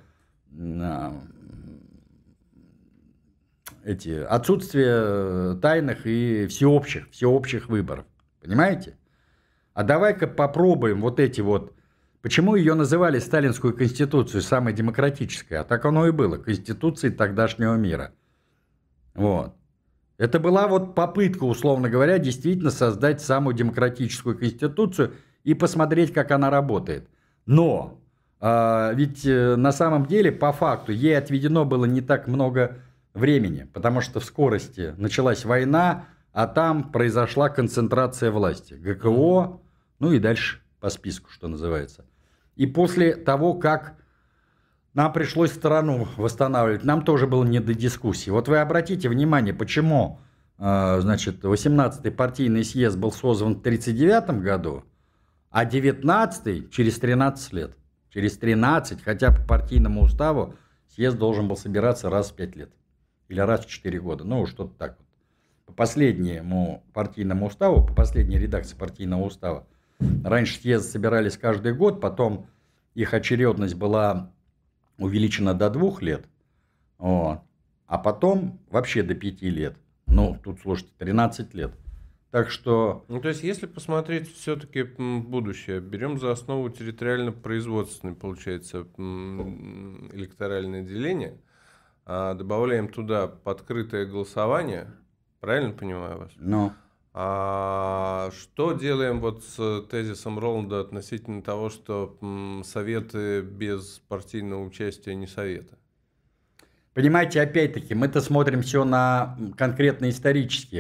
отсутствие тайных и всеобщих выборов. Понимаете? А давай-ка попробуем вот эти вот... Почему ее называли Сталинскую Конституцию самой демократической? А так оно и было. Конституцией тогдашнего мира. Вот. Это была вот попытка, условно говоря, действительно создать самую демократическую Конституцию и посмотреть, как она работает. Но ведь на самом деле, по факту, ей отведено было не так много времени, потому что в скорости началась война, а там произошла концентрация власти. ГКО, ну и дальше по списку, что называется. И после того, как нам пришлось страну восстанавливать, нам тоже было не до дискуссии. Вот вы обратите внимание, почему, значит, 18-й партийный съезд был создан в 1939 году, а 19-й через 13 лет. Через 13, хотя по партийному уставу съезд должен был собираться раз в 5 лет. Или раз в 4 года. Ну, что-то так вот. По последнему партийному уставу, по последней редакции партийного устава, раньше съезды собирались каждый год, потом их очередность была увеличена до 2 лет, вот, а потом вообще до 5 лет. Ну, тут, слушайте, 13 лет. Так что... Ну, то есть, если посмотреть все-таки будущее, берем за основу территориально-производственное, получается, электоральное деление, добавляем туда подкрытое голосование, правильно понимаю вас? Ну. Что делаем вот с тезисом Роланда относительно того, что советы без партийного участия не советы? Понимаете, опять-таки, мы-то смотрим все на конкретно исторические.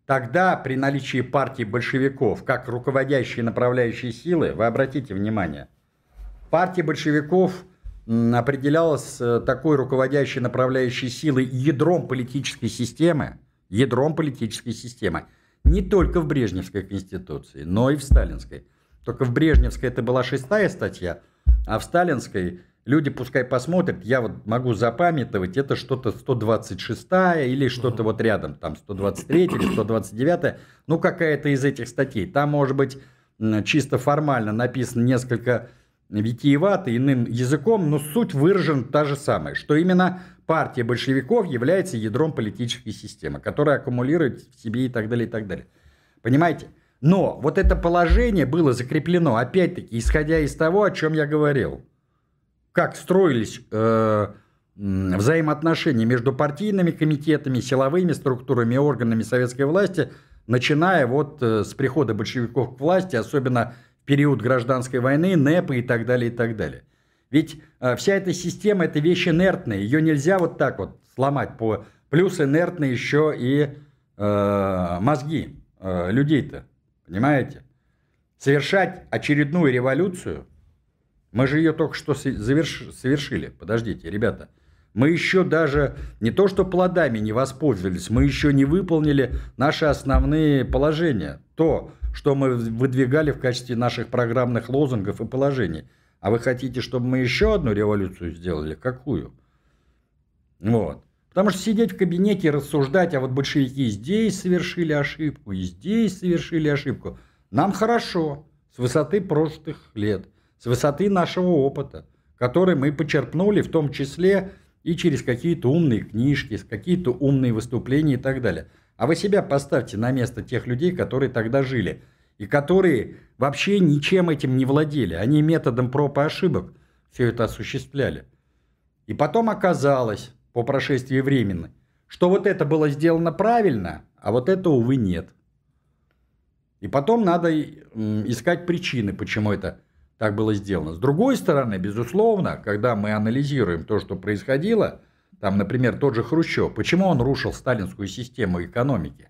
Тогда при наличии партии большевиков как руководящей направляющей силы, вы обратите внимание, партия большевиков определялась такой руководящей направляющей силой ядром политической системы, не только в Брежневской конституции, но и в сталинской. Только в Брежневской это была 6-я статья, а в сталинской люди пускай посмотрят, я вот могу запамятовать, это что-то 126-я или что-то вот рядом, там 123-я или 129-я, ну какая-то из этих статей. Там может быть чисто формально написано несколько витиевато, иным языком, но суть выражена та же самая, что именно партия большевиков является ядром политической системы, которая аккумулирует в себе и так далее, и так далее. Понимаете? Но вот это положение было закреплено, опять-таки, исходя из того, о чем я говорил. Как строились взаимоотношения между партийными комитетами, силовыми структурами и органами советской власти, начиная вот с прихода большевиков к власти, особенно в период гражданской войны, НЭПа и так далее, и так далее. Ведь вся эта система – это вещь инертная, ее нельзя вот так вот сломать. Плюс инертны еще и мозги людей-то, понимаете? Совершать очередную революцию, мы же ее только что совершили, подождите, ребята. Мы еще даже не то что плодами не воспользовались, мы еще не выполнили наши основные положения. То, что мы выдвигали в качестве наших программных лозунгов и положений. А вы хотите, чтобы мы еще одну революцию сделали? Какую? Вот. Потому что сидеть в кабинете и рассуждать, а вот большевики здесь совершили ошибку, и здесь совершили ошибку. Нам хорошо, с высоты прошлых лет, с высоты нашего опыта, который мы почерпнули в том числе и через какие-то умные книжки, какие-то умные выступления и так далее. А вы себя поставьте на место тех людей, которые тогда жили, и которые вообще ничем этим не владели. Они методом проб и ошибок все это осуществляли. И потом оказалось, по прошествии времени, что вот это было сделано правильно, а вот это, увы, нет. И потом надо искать причины, почему это так было сделано. С другой стороны, безусловно, когда мы анализируем то, что происходило, там, например, тот же Хрущев, почему он рушил сталинскую систему экономики?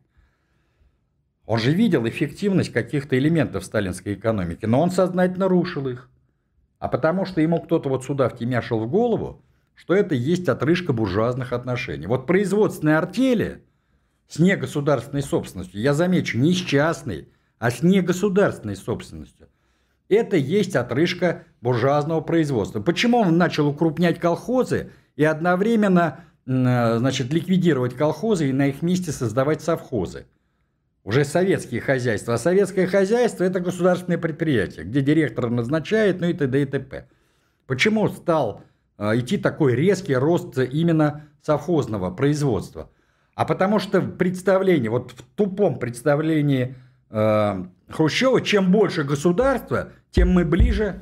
Он же видел эффективность каких-то элементов сталинской экономики, но он сознательно рушил их. А потому что ему кто-то вот сюда втемяшил в голову, что это есть отрыжка буржуазных отношений. Вот производственные артели с негосударственной собственностью, я замечу, не с частной, а с негосударственной собственностью, это есть отрыжка буржуазного производства. Почему он начал укрупнять колхозы и одновременно, значит, ликвидировать колхозы и на их месте создавать совхозы? Уже советские хозяйства. А советское хозяйство – это государственное предприятие, где директор назначает, ну и т.д. и т.п. Почему стал идти такой резкий рост именно совхозного производства? А потому что представление, вот в тупом представлении Хрущева, чем больше государства, тем мы ближе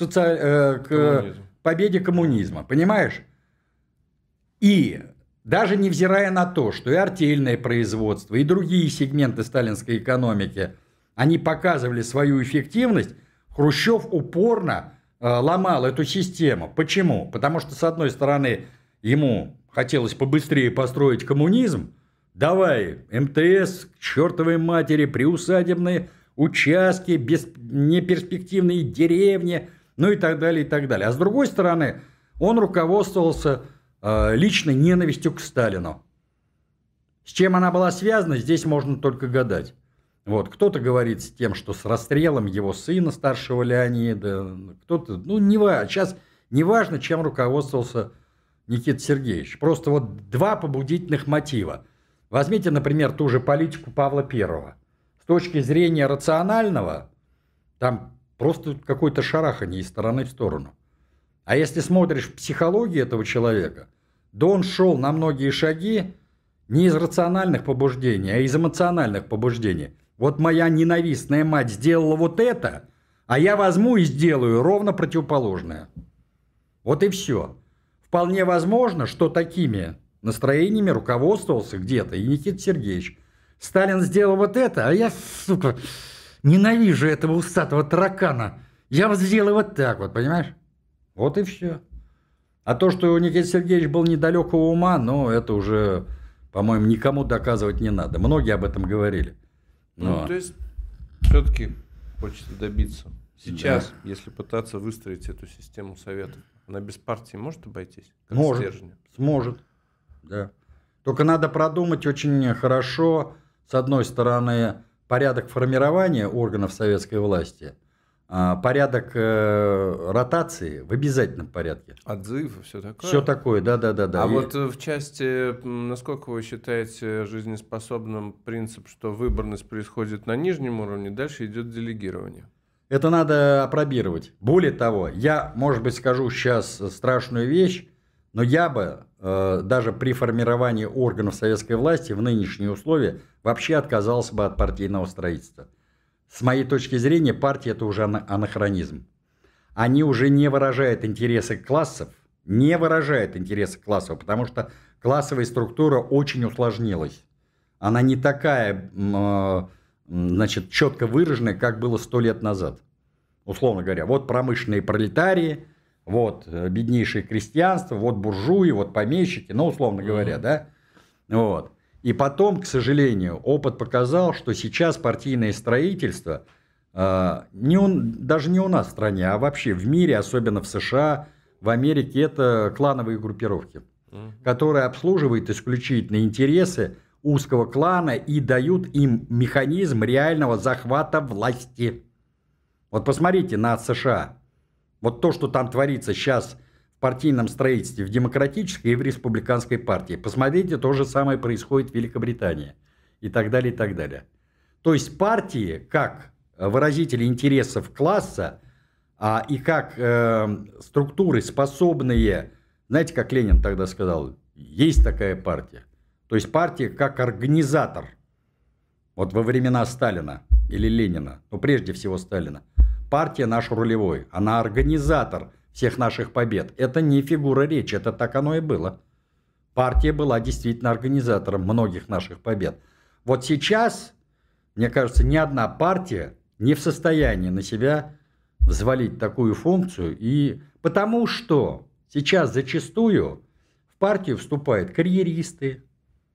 к победе коммунизма. Понимаешь? И даже невзирая на то, что и артельное производство, и другие сегменты сталинской экономики, они показывали свою эффективность, Хрущев упорно ломал эту систему. Почему? Потому что, с одной стороны, ему хотелось побыстрее построить коммунизм. Давай, МТС, к чертовой матери, приусадебные участки, неперспективные деревни, ну и так далее, и так далее. А с другой стороны, он руководствовался личной ненавистью к Сталину. С чем она была связана, здесь можно только гадать. Вот, кто-то говорит с тем, что с расстрелом его сына, старшего Леонида, кто-то, ну, сейчас не важно, чем руководствовался Никита Сергеевич. Просто вот два побудительных мотива. Возьмите, например, ту же политику Павла I. С точки зрения рационального, там просто какое-то шарахание из стороны в сторону. А если смотришь в психологию этого человека, да он шел на многие шаги не из рациональных побуждений, а из эмоциональных побуждений. Вот моя ненавистная мать сделала вот это, а я возьму и сделаю ровно противоположное. Вот и все. Вполне возможно, что такими настроениями руководствовался где-то и Никита Сергеевич. Сталин сделал вот это, а я, сука, ненавижу этого усатого таракана. Я вот сделаю вот так вот, понимаешь? Вот и все. А то, что Никита Сергеевич был недалекого ума, ну, это уже По-моему, никому доказывать не надо. Многие об этом говорили. Ну, то есть, все-таки хочется добиться. Сейчас, если пытаться выстроить эту систему советов, она без партии может обойтись? Как стержня? Сможет. Да. Только надо продумать очень хорошо, с одной стороны, порядок формирования органов советской власти, порядок ротации в обязательном порядке. Отзыв и все такое? Все такое, да. А вот в части, насколько вы считаете жизнеспособным принцип, что выборность происходит на нижнем уровне, дальше идет делегирование? Это надо апробировать. Более того, я, может быть, скажу сейчас страшную вещь, но я бы даже при формировании органов советской власти в нынешние условия вообще отказался бы от партийного строительства. С моей точки зрения, партия – это уже анахронизм. Они уже не выражают интересы классов, потому что классовая структура очень усложнилась. Она не такая, значит, четко выраженная, как было 100 лет назад. Условно говоря, вот промышленные пролетарии, вот беднейшее крестьянство, вот буржуи, вот помещики, ну, условно говоря, да? Вот. И потом, к сожалению, опыт показал, что сейчас партийное строительство, даже не у нас в стране, а вообще в мире, особенно в США, в Америке, это клановые группировки, которые обслуживают исключительно интересы узкого клана и дают им механизм реального захвата власти. Вот посмотрите на США. Вот то, что там творится сейчас в партийном строительстве в демократической и в республиканской партии. Посмотрите, то же самое происходит в Великобритании. И так далее, и так далее. То есть партии, как выразители интересов класса, и как структуры, способные, знаете, как Ленин тогда сказал, есть такая партия. То есть партия как организатор. Вот во времена Сталина или Ленина, но прежде всего Сталина. Партия наш рулевой, она организатор всех наших побед. Это не фигура речи, это так оно и было. Партия была действительно организатором многих наших побед. Вот сейчас, мне кажется, ни одна партия не в состоянии на себя взвалить такую функцию. И потому что сейчас зачастую в партию вступают карьеристы,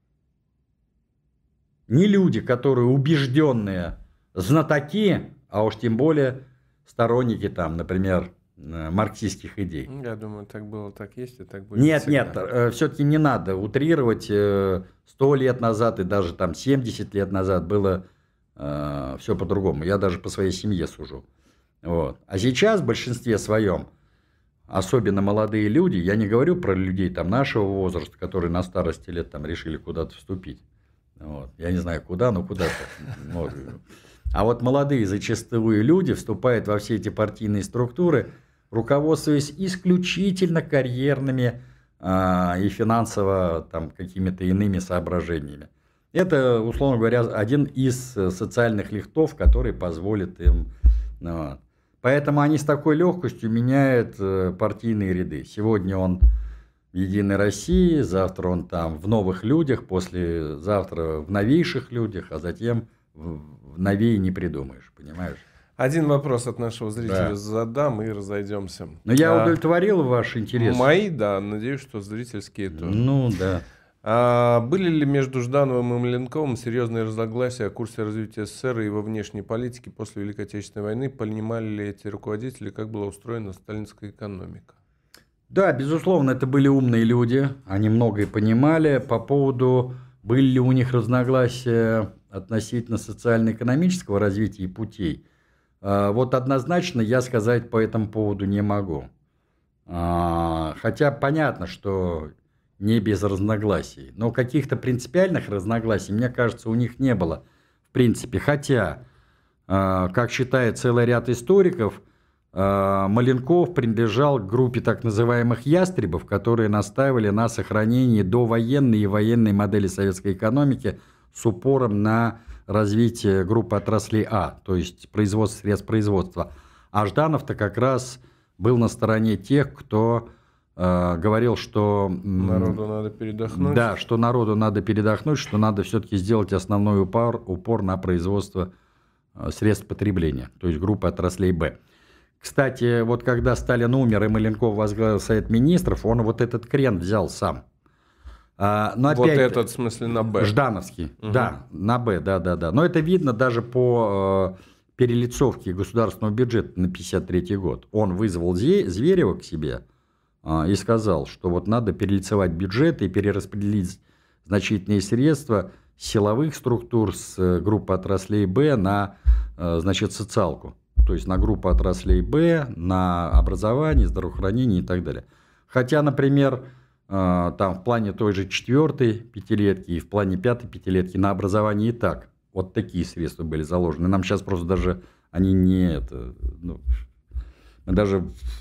не люди, которые убежденные знатоки, а уж тем более сторонники, там, например, марксистских идей. Я думаю, так было, так есть и так будет. Нет, всегда. все-таки не надо утрировать. 100 лет назад и даже там 70 лет назад было все по-другому. Я даже по своей семье сужу. Вот. А сейчас в большинстве своем, особенно молодые люди, я не говорю про людей там, нашего возраста, которые на старости лет там, решили куда-то вступить. Вот. Я не знаю куда, но куда-то. Вот. А вот молодые зачастую люди вступают во все эти партийные структуры, руководствуясь исключительно карьерными и финансово там, какими-то иными соображениями. Это, условно говоря, один из социальных лифтов, который позволит им. Вот. Поэтому они с такой легкостью меняют партийные ряды. Сегодня он в «Единой России», завтра он там в «Новых людях», послезавтра в «Новейших людях», а затем в «Новее не придумаешь», понимаешь? Один вопрос от нашего зрителя задам и разойдемся. Но я удовлетворил ваш интерес. Мои, да, надеюсь, что зрительские тоже. Ну, да. Были ли между Ждановым и Маленковым серьезные разногласия о курсе развития СССР и его внешней политики после Великой Отечественной войны? Понимали ли эти руководители, как была устроена сталинская экономика? Да, безусловно, это были умные люди, они многое понимали. По поводу, были ли у них разногласия относительно социально-экономического развития и путей, вот однозначно я сказать по этому поводу не могу. Хотя понятно, что не без разногласий, но каких-то принципиальных разногласий, мне кажется, у них не было в принципе. Хотя, как считает целый ряд историков, Маленков принадлежал к группе так называемых ястребов, которые настаивали на сохранении довоенной и военной модели советской экономики с упором на развитие группы отраслей А, то есть производство, средств производства. А Жданов-то как раз был на стороне тех, кто говорил, что народу надо передохнуть. Да, что народу надо передохнуть, что надо все-таки сделать основной упор на производство средств потребления, то есть группы отраслей Б. Кстати, вот когда Сталин умер и Маленков возглавил Совет Министров, он вот этот крен взял сам. Но вот опять, этот, в смысле, на Б. Ждановский, Угу. да, на Б, да. Но это видно даже по перелицовке государственного бюджета на 1953 год. Он вызвал Зверева к себе и сказал, что вот надо перелицевать бюджет и перераспределить значительные средства с силовых структур, с группы отраслей Б на, значит, социалку. То есть на группу отраслей Б, на образование, здравоохранение и так далее. Хотя, например, там в плане той же 4-й пятилетки и в плане 5-й пятилетки на образование и так вот такие средства были заложены. Нам сейчас просто даже они не мы даже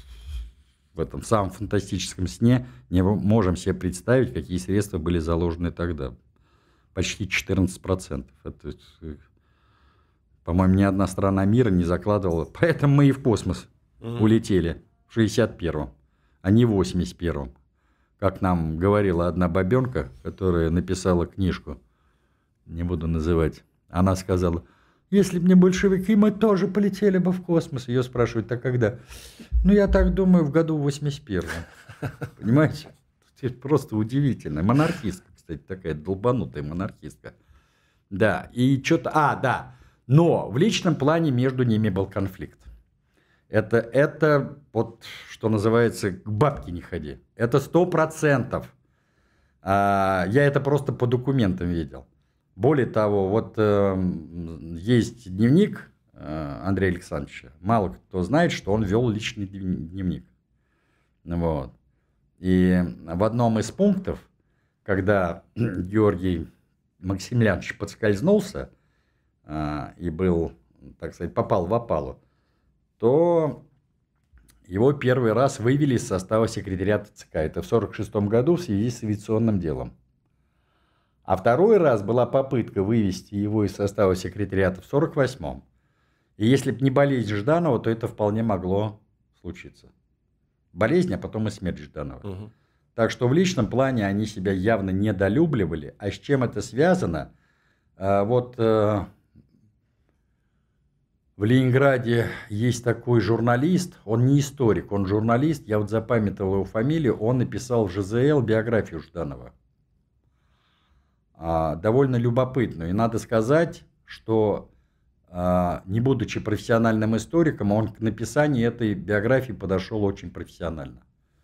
в этом самом фантастическом сне не можем себе представить, какие средства были заложены тогда. Почти 14%. Это, по-моему, ни одна страна мира не закладывала. Поэтому мы и в космос улетели в 61-м, а не в 81-м. Как нам говорила одна бабенка, которая написала книжку, не буду называть, она сказала: если бы не большевики, мы тоже полетели бы в космос. Ее спрашивают: а когда? Ну, я так думаю, в году 81-м. Понимаете? Это просто удивительно. Монархистка, кстати, такая долбанутая монархистка. Да, и что-то... да. Но в личном плане между ними был конфликт. Это вот, что называется, к бабке не ходи. Это 100%. Я это просто по документам видел. Более того, вот есть дневник Андрея Александровича. Мало кто знает, что он вел личный дневник. Вот. И в одном из пунктов, когда Георгий Максимiliaнович подскользнулся и был, так сказать, попал в опалу, то его первый раз вывели из состава секретариата ЦК. Это в 1946 году в связи с авиационным делом. А второй раз была попытка вывести его из состава секретариата в 1948. И если бы не болезнь Жданова, то это вполне могло случиться. Болезнь, а потом и смерть Жданова. Угу. Так что в личном плане они себя явно недолюбливали. А с чем это связано? В Ленинграде есть такой журналист, он не историк, он журналист, я вот запамятовал его фамилию, он написал в ЖЗЛ биографию Жданова. Довольно любопытную. И надо сказать, что не будучи профессиональным историком, он к написанию этой биографии подошел очень профессионально.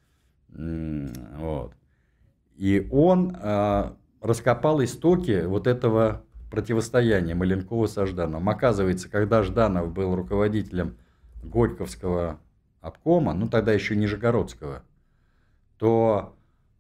Вот. И он раскопал истоки вот этого противостояния Маленкова со Ждановым. Оказывается, когда Жданов был руководителем Горьковского обкома, ну тогда еще Нижегородского, то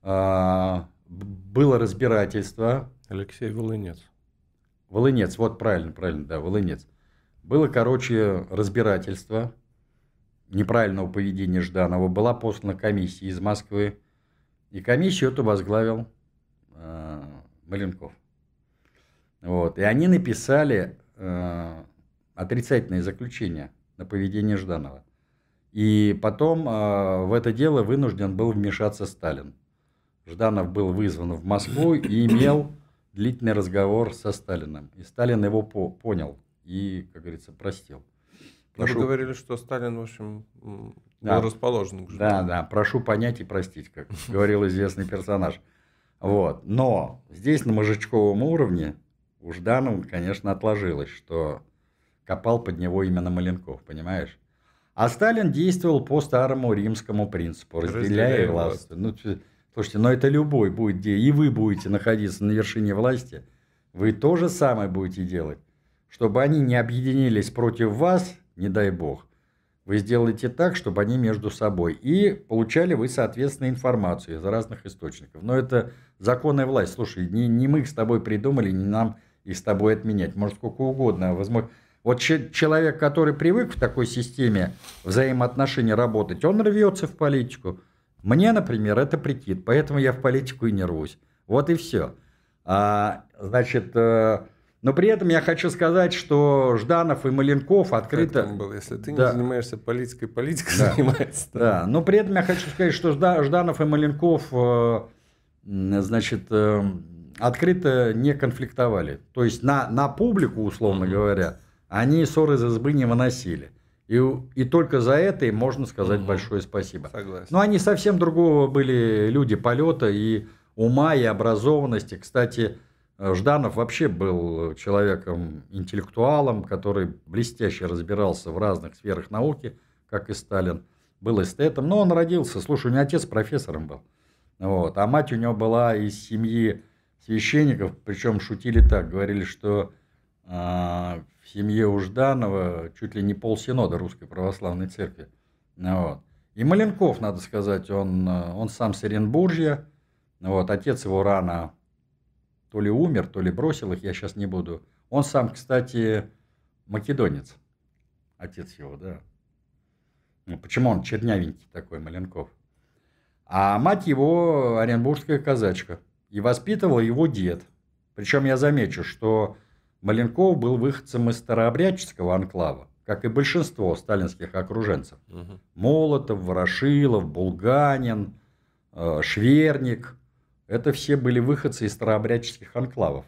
было разбирательство. Алексей Волынец. Волынец, вот правильно, да, Волынец. Было, разбирательство неправильного поведения Жданова. Была послана комиссия из Москвы. И комиссию эту возглавил Маленков. Вот. И они написали отрицательное заключение на поведение Жданова. И потом в это дело вынужден был вмешаться Сталин. Жданов был вызван в Москву и имел длительный разговор со Сталиным. И Сталин его понял и, как говорится, простил. Вы говорили, что Сталин, в общем, был расположен к Жданову. Да, прошу понять и простить, как говорил известный персонаж. Вот. Но здесь на мозжечковом уровне у Жданова, конечно, отложилось, что копал под него именно Маленков, понимаешь? А Сталин действовал по старому римскому принципу, разделяя власть. Слушайте, это любой будет, и вы будете находиться на вершине власти, вы то же самое будете делать. Чтобы они не объединились против вас, не дай бог, вы сделаете так, чтобы они между собой. И получали вы, соответственно, информацию из разных источников. Но это законная власть. Слушай, не мы их с тобой придумали, не нам их с тобой отменять. Может, сколько угодно. Возможно. Вот человек, который привык в такой системе взаимоотношений работать, он рвется в политику. Мне, например, это претит, поэтому я в политику и не рвусь. Вот и все. Но при этом я хочу сказать, что Жданов и Маленков открыто... Если ты не занимаешься политикой занимается. Да, но при этом я хочу сказать, что Жданов и Маленков, открыто не конфликтовали. То есть на публику, условно говоря, они ссоры из избы не выносили. И только за это им можно сказать большое спасибо. Согласен. Но они совсем другого были люди полета, и ума и образованности. Кстати, Жданов вообще был человеком интеллектуалом, который блестяще разбирался в разных сферах науки, как и Сталин. Был эстетом, но он родился, слушай, у него отец профессором был. Вот, а мать у него была из семьи священников, причем шутили так, говорили, что в семье у Жданова чуть ли не полсинода Русской Православной Церкви. Вот. И Маленков, надо сказать, он сам с Оренбуржья. Вот, отец его рано то ли умер, то ли бросил их, я сейчас не буду. Он сам, кстати, македонец. Отец его, да. Ну, почему он чернявенький такой, Маленков? А мать его оренбургская казачка. И воспитывал его дед. Причем я замечу, что Маленков был выходцем из старообрядческого анклава, как и большинство сталинских окруженцев. Молотов, Ворошилов, Булганин, Шверник. Это все были выходцы из старообрядческих анклавов.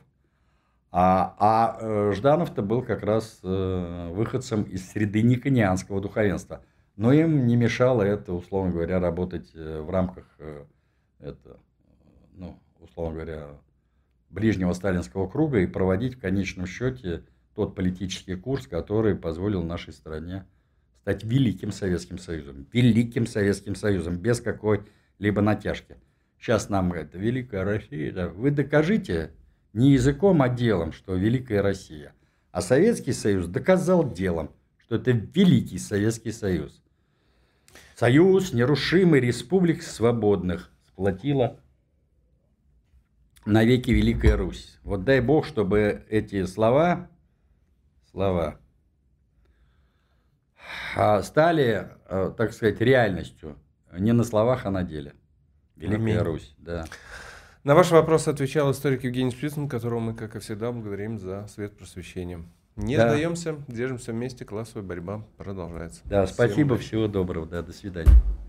А Жданов-то был как раз выходцем из среды никонианского духовенства. Но им не мешало это, условно говоря, работать в рамках, условно говоря, ближнего сталинского круга и проводить в конечном счете тот политический курс, который позволил нашей стране стать великим Советским Союзом. Великим Советским Союзом, без какой-либо натяжки. Сейчас нам говорят, Великая Россия. Да. Вы докажите не языком, а делом, что Великая Россия. А Советский Союз доказал делом, что это Великий Советский Союз. Союз нерушимый республик свободных сплотила навеки Великая Русь. Вот дай Бог, чтобы эти слова стали, так сказать, реальностью. Не на словах, а на деле. Великая Аминь. Русь, да. На ваш вопрос отвечал историк Евгений Сплицын, которого мы, как и всегда, благодарим за свет просвещения. Не сдаемся, держимся вместе, классовая борьба продолжается. Да, спасибо, всего доброго, да, до свидания.